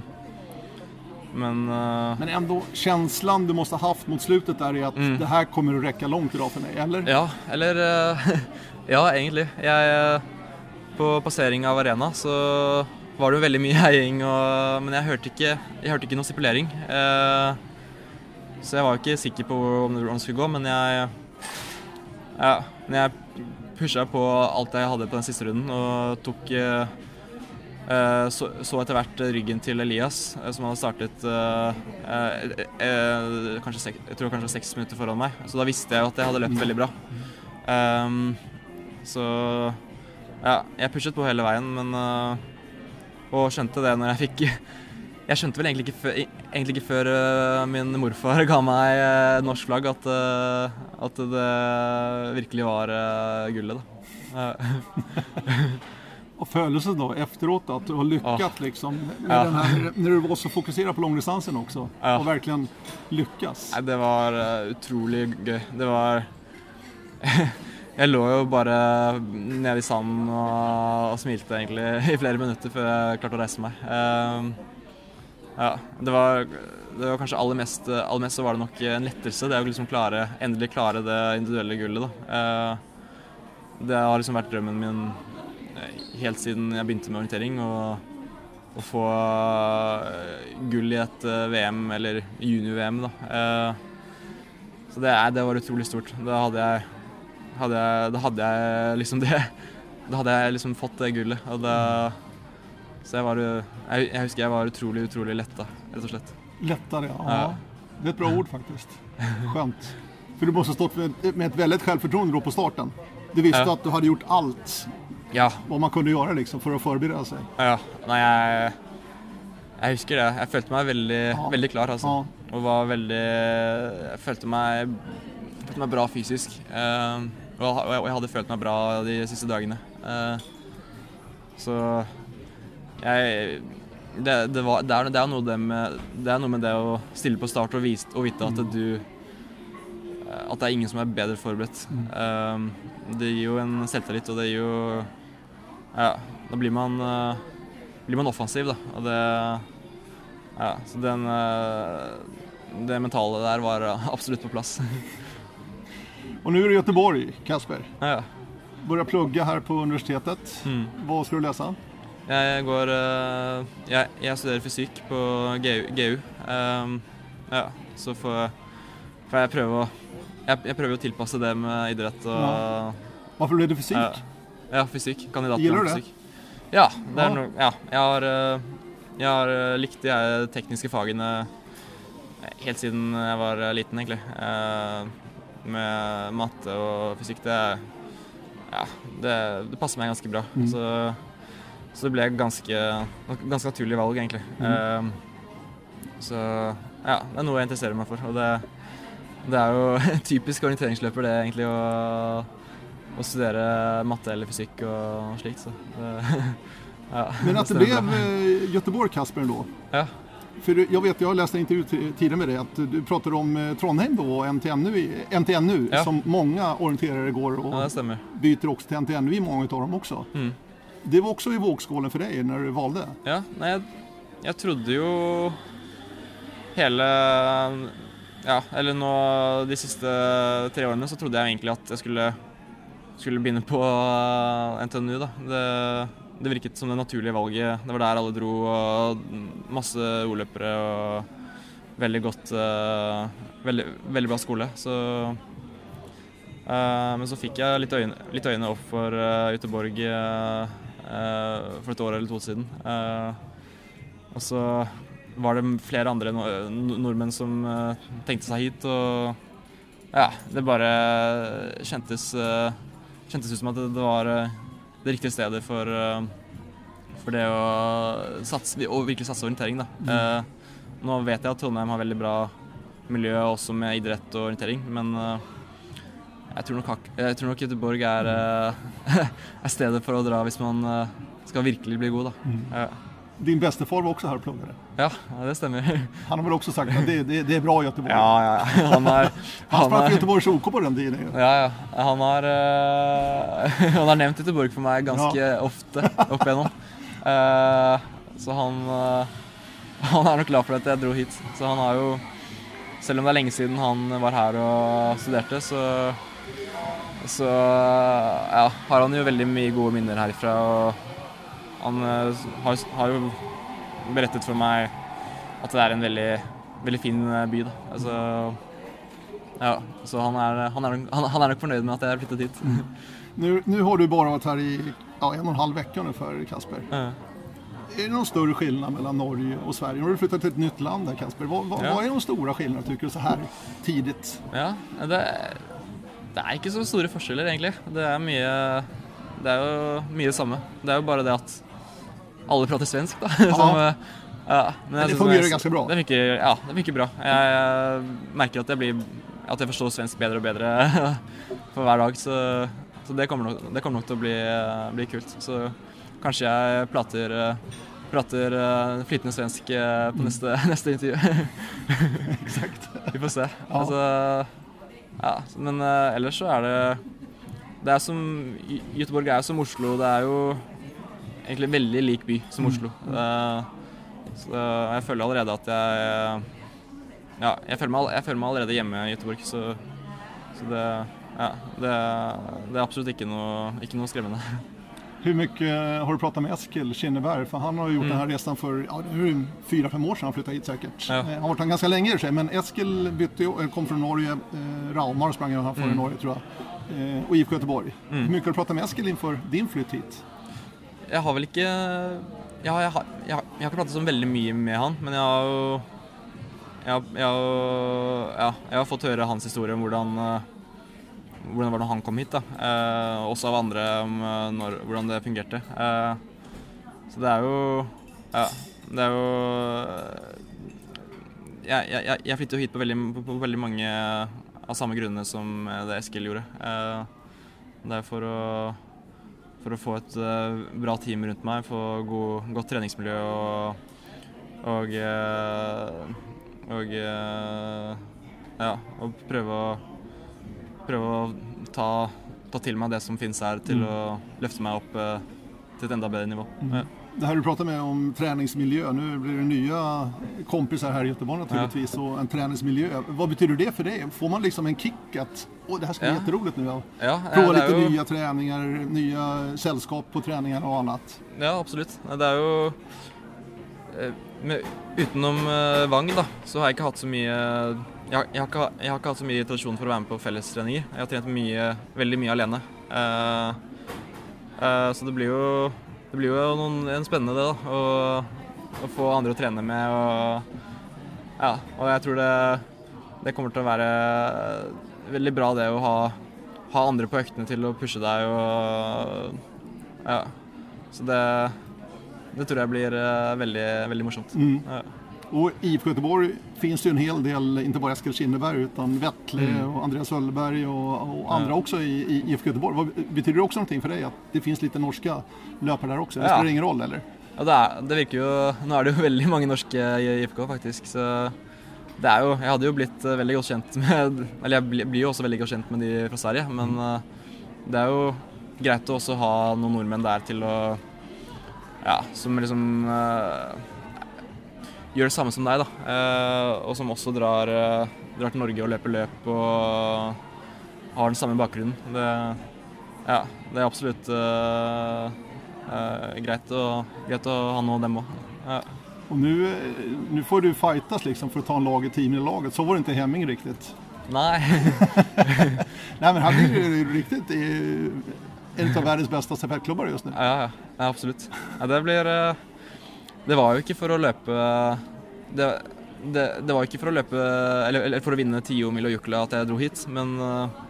Men, uh...
Men ändå känslan du måste ha haft mot slutet där är att mm. det här kommer att räcka långt idag för mig, eller?
Ja, eller uh... ja, egentligen. Jag uh... på passering av arena så var det jo veldig mye heiing, og, men jeg hørte ikke, jeg hørte ikke noe stipulering. Eh, så jeg var ikke sikker på om det skulle gå, men jeg, ja, når jeg pushet på alt jeg hadde på den siste runden, og tok, eh, så, så etter hvert ryggen til Elias, som hadde startet eh, eh, kanskje sek, jeg tror kanskje seks minutter foran meg, så da visste jeg at jeg hadde løpt veldig bra. Eh, så... Ja, jeg pushet på hele veien, men uh, og skjønte det når jeg fikk jeg skjønte vel egentlig ikke før, egentlig ikke før uh, min morfar ga meg uh, norsk flagg at, uh, at det virkelig var uh, gullet da.
Och födelsen då efteråt att du har lyckats oh. liksom med ja. den här, när du var så fokuserad på långdistansen också ja. och verkligen lyckas.
Nej, det var uh, otroligt gøy. Det var Jeg lå jo bare nede i sanden og, og smilte egentlig i flere minutter før jeg klarte å reise meg. Uh, ja, det var, det var kanskje aller mest, aller mest så var det nok en lettelse, det å liksom klare, endelig klare det individuelle gullet. Da. Uh, det har liksom vært drømmen min helt siden jeg begynte med orientering, å få gull i et V M eller junior-V M. Da. Uh, så det, det var utrolig stort. Da hadde jeg Hade jag, då hade jag liksom det då hade jag liksom fått det gullet och det, så jag var jag, jag husker jag var otroligt otroligt lätta rätt och slett.
Lättare, ja. ja. Det är ett bra ord faktiskt. Skönt. För du måste ha stått med, med ett väldigt självförtroende då på starten. Du visste ja. att du hade gjort allt.
Ja.
Vad man kunde göra liksom för att förbereda sig.
Ja, nej jag jag husker det. Jag kände mig väldigt ja. väldigt klar alltså. Ja. Och var väldigt jag kände mig jag kände mig bra fysiskt. Uh, Og jeg hadde følt meg bra de siste dagene. Uh, så jeg, det, det, var, det, er, det, er noe det, med, det er noe med det å stille på start og, vise, og vite at du at det er ingen som er bedre forberedt. Uh, det gir jo en selvtillit, og det gir jo ja, da blir man, uh, blir man offensiv da. Og det, ja, så den, uh, det mentale der var absolutt på plass.
Och nu är du i Göteborg, Kasper.
Ja.
Börjar plugga här på universitetet. Mm. Vad ska du läsa?
Jag går uh, jag, jag studerar fysik på G U. G U. Um, ja, så får, får jag pröva jag, jag prövar att tillpassa det med idrott och ja.
Varför blev du fysik?
Ja, ja fysik, kandidat
Gillar
på
du det?
Fysik. Ja, det är ja. nog ja, jag har jag har likt de tekniska fagene helt siden jag var liten egentligen. Uh, med matte och fysik det ja det det passar mig ganska bra. Mm. Så så det blev ganska ganska naturligt val egentligen. Mm. Um, så ja, det är nog jag intresserar mig för och det det är ju typisk orienteringslöper det egentligen att att studera matte eller fysik och slikt så. Det, ja.
Men att det blev Göteborg, Kasper då.
Ja.
För jag vet, jag har läst en intervju tidigare med dig att du pratar om Trondheim då och N T N U, N T N U ja. som många orienterare går och
ja,
byter också till N T N U i många av dem också. Mm. Det var också i vågskålen för dig när du valde.
Ja, nej, jag, jag trodde ju hela, ja, eller nå, de sista tre åren så trodde jag egentligen att jag skulle, skulle begynne på N T N U då. Det, Det virket som det naturlige valget. Det var der alle dro, og masse ordløpere og veldig godt, uh, veldig, veldig bra skole. Så, uh, men så fikk jeg litt øyne, litt øyne opp for uh, Göteborg uh, uh, for et år eller to siden. Uh, og så var det flere andre nordmenn som uh, tenkte seg hit, og ja, det bare kjentes uh, kjentes ut som at det, det var uh, det riktige stedet for, uh, for det å satse, og virkelig satse orientering. Da. Mm. Uh, nå vet jeg at Trondheim har veldig bra miljø også med idrett og orientering, men uh, jeg tror nok, jeg tror nok Göteborg er, uh, er stedet for å dra hvis man uh, skal virkelig bli god. Da. Mm. Uh,
Din bestefar var också här och pluggade.
Ja, det stämmer.
Han har väl också sagt att det, det, det är bra i Göteborg.
Ja, ja. Han, är,
han sprang Göteborgs O K på den tiden.
Ja, ja. Han har, uh, han har nevnt Göteborg for meg ganske ja. ofte opp igjennom. Uh, så han, uh, han er nok glad for at jeg dro hit. Så han har jo, selv om det er lenge siden han var her og studerte, så, så ja, har han jo veldig mye gode minner herifra. Og han uh, har, har jo berettet for meg at det er en veldig, veldig fin by. Da. Altså, ja, så han er, han, er, han, han er nok fornøyd med at jeg har flyttet hit.
Mm. Nu, nu har du bara varit här i ja, en och en halv vecka ungefär, Kasper. Mm. Är det någon större skillnad mellan Norge och Sverige? Nu har du flyttat till ett nytt land där, Kasper. Vad, vad, ja. vad är de stora skillnaderna, tycker du, så här tidigt?
Ja, det, det er ikke så store forskjeller egentlig. Det er mye, det er jo mye samme. Det er jo bare det at alle prater svensk, da. Som, ja. Ja, men,
men det fungerer jeg, ganske bra.
Det funker, ja, det funker bra. Jeg, jeg merker at jeg, blir, at jeg forstår svensk bedre og bedre for hver dag, så, så det, kommer nok, det kommer nok til å bli, bli kult. Så kanskje jeg prater, prater flytende svensk på neste, mm. neste intervju.
Exakt.
Vi får se. Ja. Altså, ja, men ellers så er det, det er som, Göteborg er som Oslo, det er jo egentlig veldig lik by som Oslo. Mm. Uh, så jeg føler allerede at jeg, ja, jeg føler meg, jeg føler meg allerede hjemme i Göteborg, så, så det, ja, det, det är absolut inte något, inte något skrämmande.
Hur mycket har du pratat med Eskil Kinneberg? För han har ju gjort mm. den här resan för ja, fyra, fem år sedan han flyttade hit säkert. Ja. Han har varit här ganska länge i sig, men Eskil bytte, kom från Norge, eh, Raumar sprang han från mm. Norge tror jag, eh, och I F K Göteborg. Mm. Hur mycket har du pratat med Eskil inför din flytt hit?
Jeg har vel ikke ja, jeg, har, jeg, har, jeg har ikke pratet så veldig mye med han, men jeg har jo jeg, jeg, ja, jeg har fått høre hans historie om hvordan, hvordan det var når han kom hit, da. Eh, også av andre om når, hvordan det fungerte. Eh, så det er jo ja, det er jo jeg, jeg, jeg flyttet jo hit på veldig, på, på veldig mange av samme grunnene som det Eskil gjorde. Eh, det er for å for å få et uh, bra team rundt meg, få god, godt treningsmiljø og, og, uh, og uh, ja, og prøve å, prøve å ta, ta til meg det som finnes her til mm. å løfte meg opp uh, till ett ända bättre nivå. Mm. Ja.
Det här du pratar med om träningsmiljö, nu blir det nya kompisar här i Göteborg naturligtvis, ja. Och en träningsmiljö. Vad betyder det för dig? Får man liksom en kick att åh, det här ska bli ja. jätteroligt nu? Ja. Ja, prova lite ju... nya träningar, nya sällskap på träningar och annat.
Ja, absolut. Det är ju med, utenom uh, Vang da, så har jag inte haft så mycket jag, jag, har inte, jag har inte haft så mycket tradition för att vara med på fällesträningar. Jag har tränat mycket, väldigt mycket alene. Uh, uh, så det blir ju Det blir jo noen, en spennende det da, å, å få andre å trene med, og, ja, og jeg tror det, det kommer til å være veldig bra det å ha, ha andre på øktene til å pushe deg, og, ja, så det, det tror jeg blir veldig, veldig morsomt. Mm. Ja.
Och I F K Göteborg finns det ju en hel del, inte bara Eskil Kinneberg utan Vettle mm. och Andreas Sölberg och, och andra ja. också i, i I F K Göteborg. Vad, betyder det också någonting för dig att det finns lite norska löpare där också? Det spelar ja. ingen roll eller?
Ja, det, är, det virker ju, nu är det ju väldigt många norska i I F K faktiskt, så det är ju, jag hade ju blivit väldigt godt känt med, eller jag blir ju också väldigt godt känt med de från Sverige, men mm. det är ju greit att också ha några nordmän där till att, ja, som liksom gjør det samme som deg da, eh, og som også drar, eh, drar til Norge og løper løp og har den samme bakgrunnen. Det, ja, det er absolutt eh, eh, greit, och, greit å ha noe av dem også. Ja.
Och nu, nu får du fightas liksom för att ta en lag i team i laget. Så var det inte Hemming riktigt.
Nej.
Nej, men han är ju riktigt en av världens bästa stafettklubbar just nu.
Ja, ja, ja absolut. Ja, det blir... Det var jo ikke for å løpe det, det, det var ikke for å løpe eller, eller for å vinne Tio Mil og Jukla at jeg dro hit, men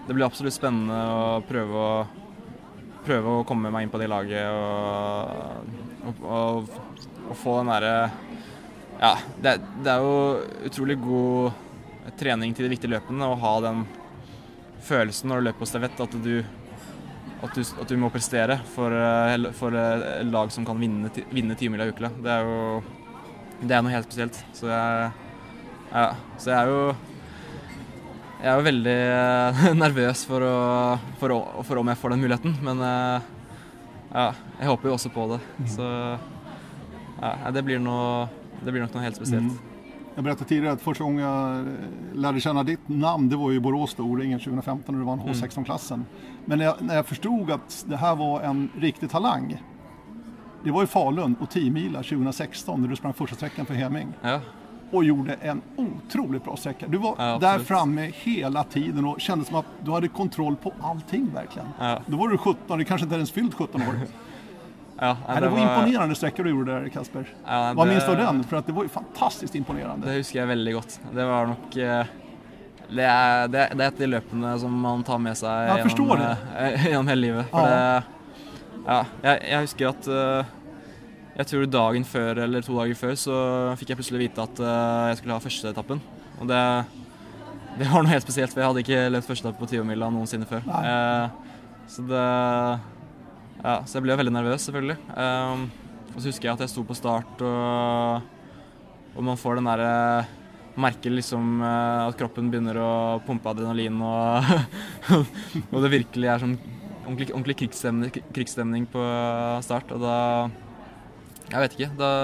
det blir absolutt spennende å prøve å, prøve å komme meg inn på det laget og, og, og, og få den derre ja, det, det er jo utrolig god trening til de viktige løpene å ha den følelsen når du løper på stafett at du, at du, at du må prestere for, for et lag som kan vinne, vinne ti-mila i Ukla. Det er jo det er noe helt spesielt. Så jeg, ja, så jeg er jo jeg er jo veldig nervøs for, å, for, å, for om jeg får den muligheten, men ja, jeg håper jo også på det. Så ja, det blir, noe, det blir nok noe helt spesielt.
Mm. Jag berättade tidigare att första gången jag lärde känna ditt namn, det var ju Borås då, O-ringen tjugo femton när du vann H sexton-klassen. Men när jag, när jag förstod att det här var en riktig talang, det var i Falun och tio-mila tjugo sexton när du sprang första sträckan för Heming.
Ja.
Och gjorde en otroligt bra sträcka. Du var
ja,
där framme hela tiden och kändes som att du hade kontroll på allting verkligen.
Ja.
Då var du sjutton, det kanske inte ens fyllt sjutton år.
Ja,
det, det var, var imponerande sträckor du gjorde där, Kasper.
Ja, det...
Vad minns du av den? För att det var ju fantastiskt imponerande.
Det husker jag väldigt gott. Det var nog... Det är, det, det är ett av de löpene som man tar med sig
jag genom,
äh, genom hela livet. För ja. Det, ja, jag, jag husker att... Uh, jag tror dagen før, eller to dager før, så fikk jeg plutselig vite at uh, jeg skulle ha første etappen. Og det, det var noe helt spesielt, for jeg hadde ikke løpt første etappe på ti-mila noensinne før. Uh, så det... Ja, så jeg ble veldig nervøs, selvfølgelig. Um, og så husker jeg at jeg sto på start, og, og man får den der... merker liksom uh, at kroppen begynner å pumpe adrenalin, og, og det virkelig er sånn ordentlig, ordentlig krigsstemning, krigsstemning på start, og da... Jeg vet ikke, da,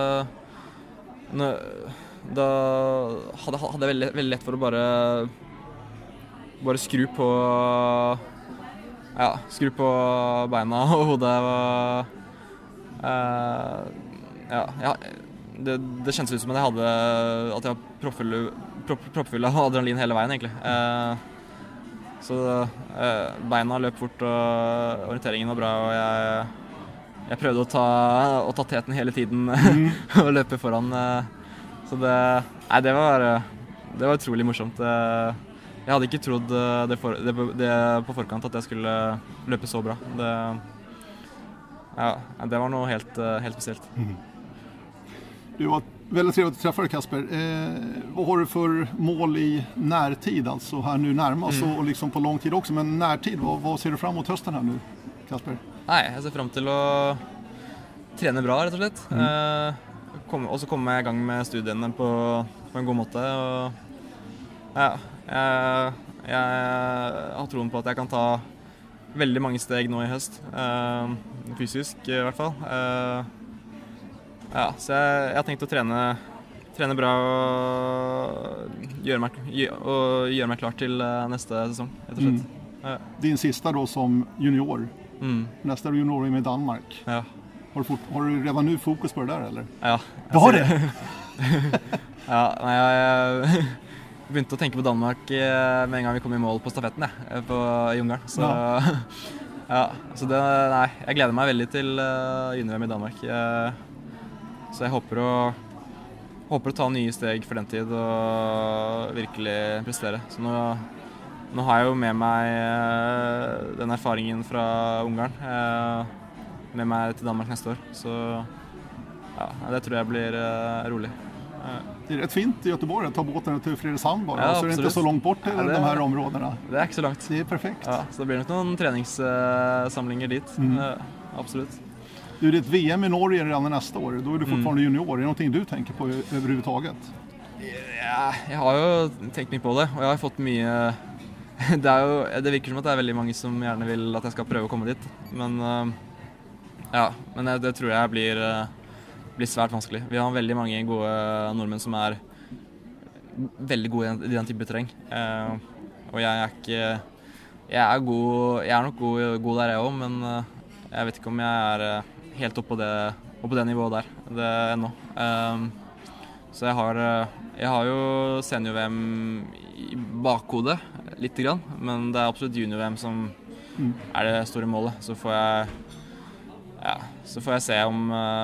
da hadde, hadde jeg veldig, veldig lett for å bare, bare skru på, ja, skru på beina og hodet. Og, uh, ja, ja, det, det kjentes ut som at jeg hadde, at jeg var proppfull, propp, proppfull av adrenalin hele veien egentlig. Uh, så uh, beina løp fort og orienteringen var bra, og jeg... Jeg prøvde å ta, å ta teten hele tiden mm. og løpe foran. Så det, nei, det, var, det var utrolig morsomt. Jeg hadde ikke trodd det, for, det, det på forkant at jeg skulle løpe så bra. Det, ja, det var noe helt, helt speciellt. Mm.
Det var väldigt trevligt att träffa dig, Kasper. Eh, vad har du för mål i närtid, alltså här nu närmast mm. och liksom på lång tid också, men närtid, vad, vad ser du fram emot hösten här nu, Kasper?
Nei, jeg ser frem til å trene bra, rett og slett. Mm. Eh, kom, og så komme jeg i gang med studiene på, på en god måte. Og, ja, jeg, jeg har troen på at jeg kan ta veldig mange steg nå i høst. Eh, fysisk i hvert fall. Eh, ja, så jeg, jeg har tenkt å trene, trene bra og gjøre meg, og gjøre meg klar til neste sesong, rett og slett. Mm. Ja.
Din sista då som junior.
Mm.
Nästa junior är med Danmark.
Ja.
Har, du fort, har du redan nu fokus på det där eller?
Ja.
Du har det?
Ja, nej, jag, jag begynte å tenke på Danmark med en gang vi kom i mål på stafetten ja, på, i Ungarn. Så, ja. Ja, så det, nei, jeg gleder meg veldig til uh, junior-V M i Danmark. Jeg, så jeg håper å, håper å ta nye steg for den tid og virkelig prestere. Så nå... Nå har jeg jo med meg uh, den erfaringen fra Ungarn uh, med meg til Danmark neste år. Så ja, det tror jeg blir uh, rolig. Uh.
Det är rätt fint i Göteborg att ta båten till Fredrikshamn bara,
ja,
så är det inte så långt bort till ja, det, de här områdena.
Det är inte så långt.
Det är perfekt.
Ja, så det blir nog någon träningssamlingar dit. Mm. Uh, absolut.
Du, det är ett V M i Norge redan nästa år. Då är du fortfarande mm. junior. Är det någonting du tänker på överhuvudtaget?
Ja, jag har ju tänkt mycket på det, och jag har fått mycket. Det, er jo, det virker som at det er veldig mange som gjerne vil at jeg skal prøve å komme dit, men uh, ja, men det, det tror jeg blir, uh, blir svært vanskelig. Vi har veldig mange gode nordmenn som er veldig gode i den type terreng, uh, og jeg er ikke, jeg er god, jeg er nok god, god der jeg også, men uh, jeg vet ikke om jeg er uh, helt oppe på det, oppe på det nivået der, det ennå. Um, så jeg har, jeg har jo senior-V M i bakhodet, lite grann, men det er absolutt junior-V M som mm. er det store målet. Så får jeg, ja, så får jeg se om,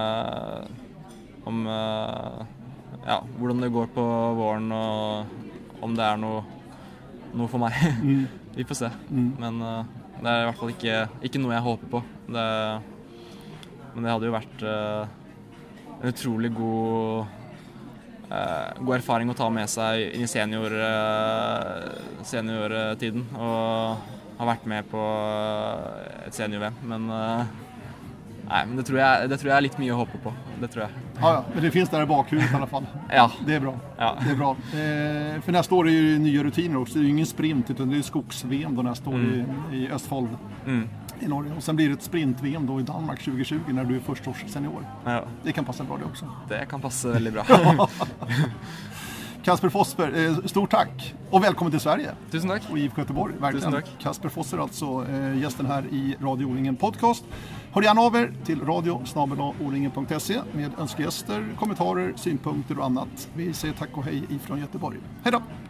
uh, om uh, ja, hvordan det går på våren, og om det er noe, noe for meg. Mm. vi får se.
Mm.
Men uh, det er i hvert fall ikke, ikke noe jeg håper på. Det, men det hadde jo vært uh, en utrolig god, uh, god erfaring å ta med seg inn i senior, uh, seniortiden. Og ha vært med på uh, et senior-V M. Men, uh, nei, men det, tror jeg, det tror jeg er litt mye å håpe på. Det tror jag.
Ja, ja, men det finns där i bakhuvudet i alla fall.
Ja.
Det är bra.
Ja.
Det är bra. Eh, för nästa år är ju nya rutiner också. Det är ju ingen sprint utan det är skogs-V M då nästa år mm. i, i Östfold
mm.
i Norge. Och sen blir det ett sprint-V M då i Danmark tjugo tjugo när du är första års senior.
Ja.
Det kan passa bra det också.
Det kan passa väldigt bra.
Kasper Forsberg, eh, stort tack och välkommen till Sverige.
Tusen tack.
Och I F K Göteborg, verkligen.
Tusen tack.
Kasper Forsberg alltså, eh, gästen här i Radio O-ringen podcast. Hör gärna av er till radio snabel-a o ringen punkt se med önskegäster, kommentarer, synpunkter och annat. Vi säger tack och hej ifrån Göteborg. Hej då!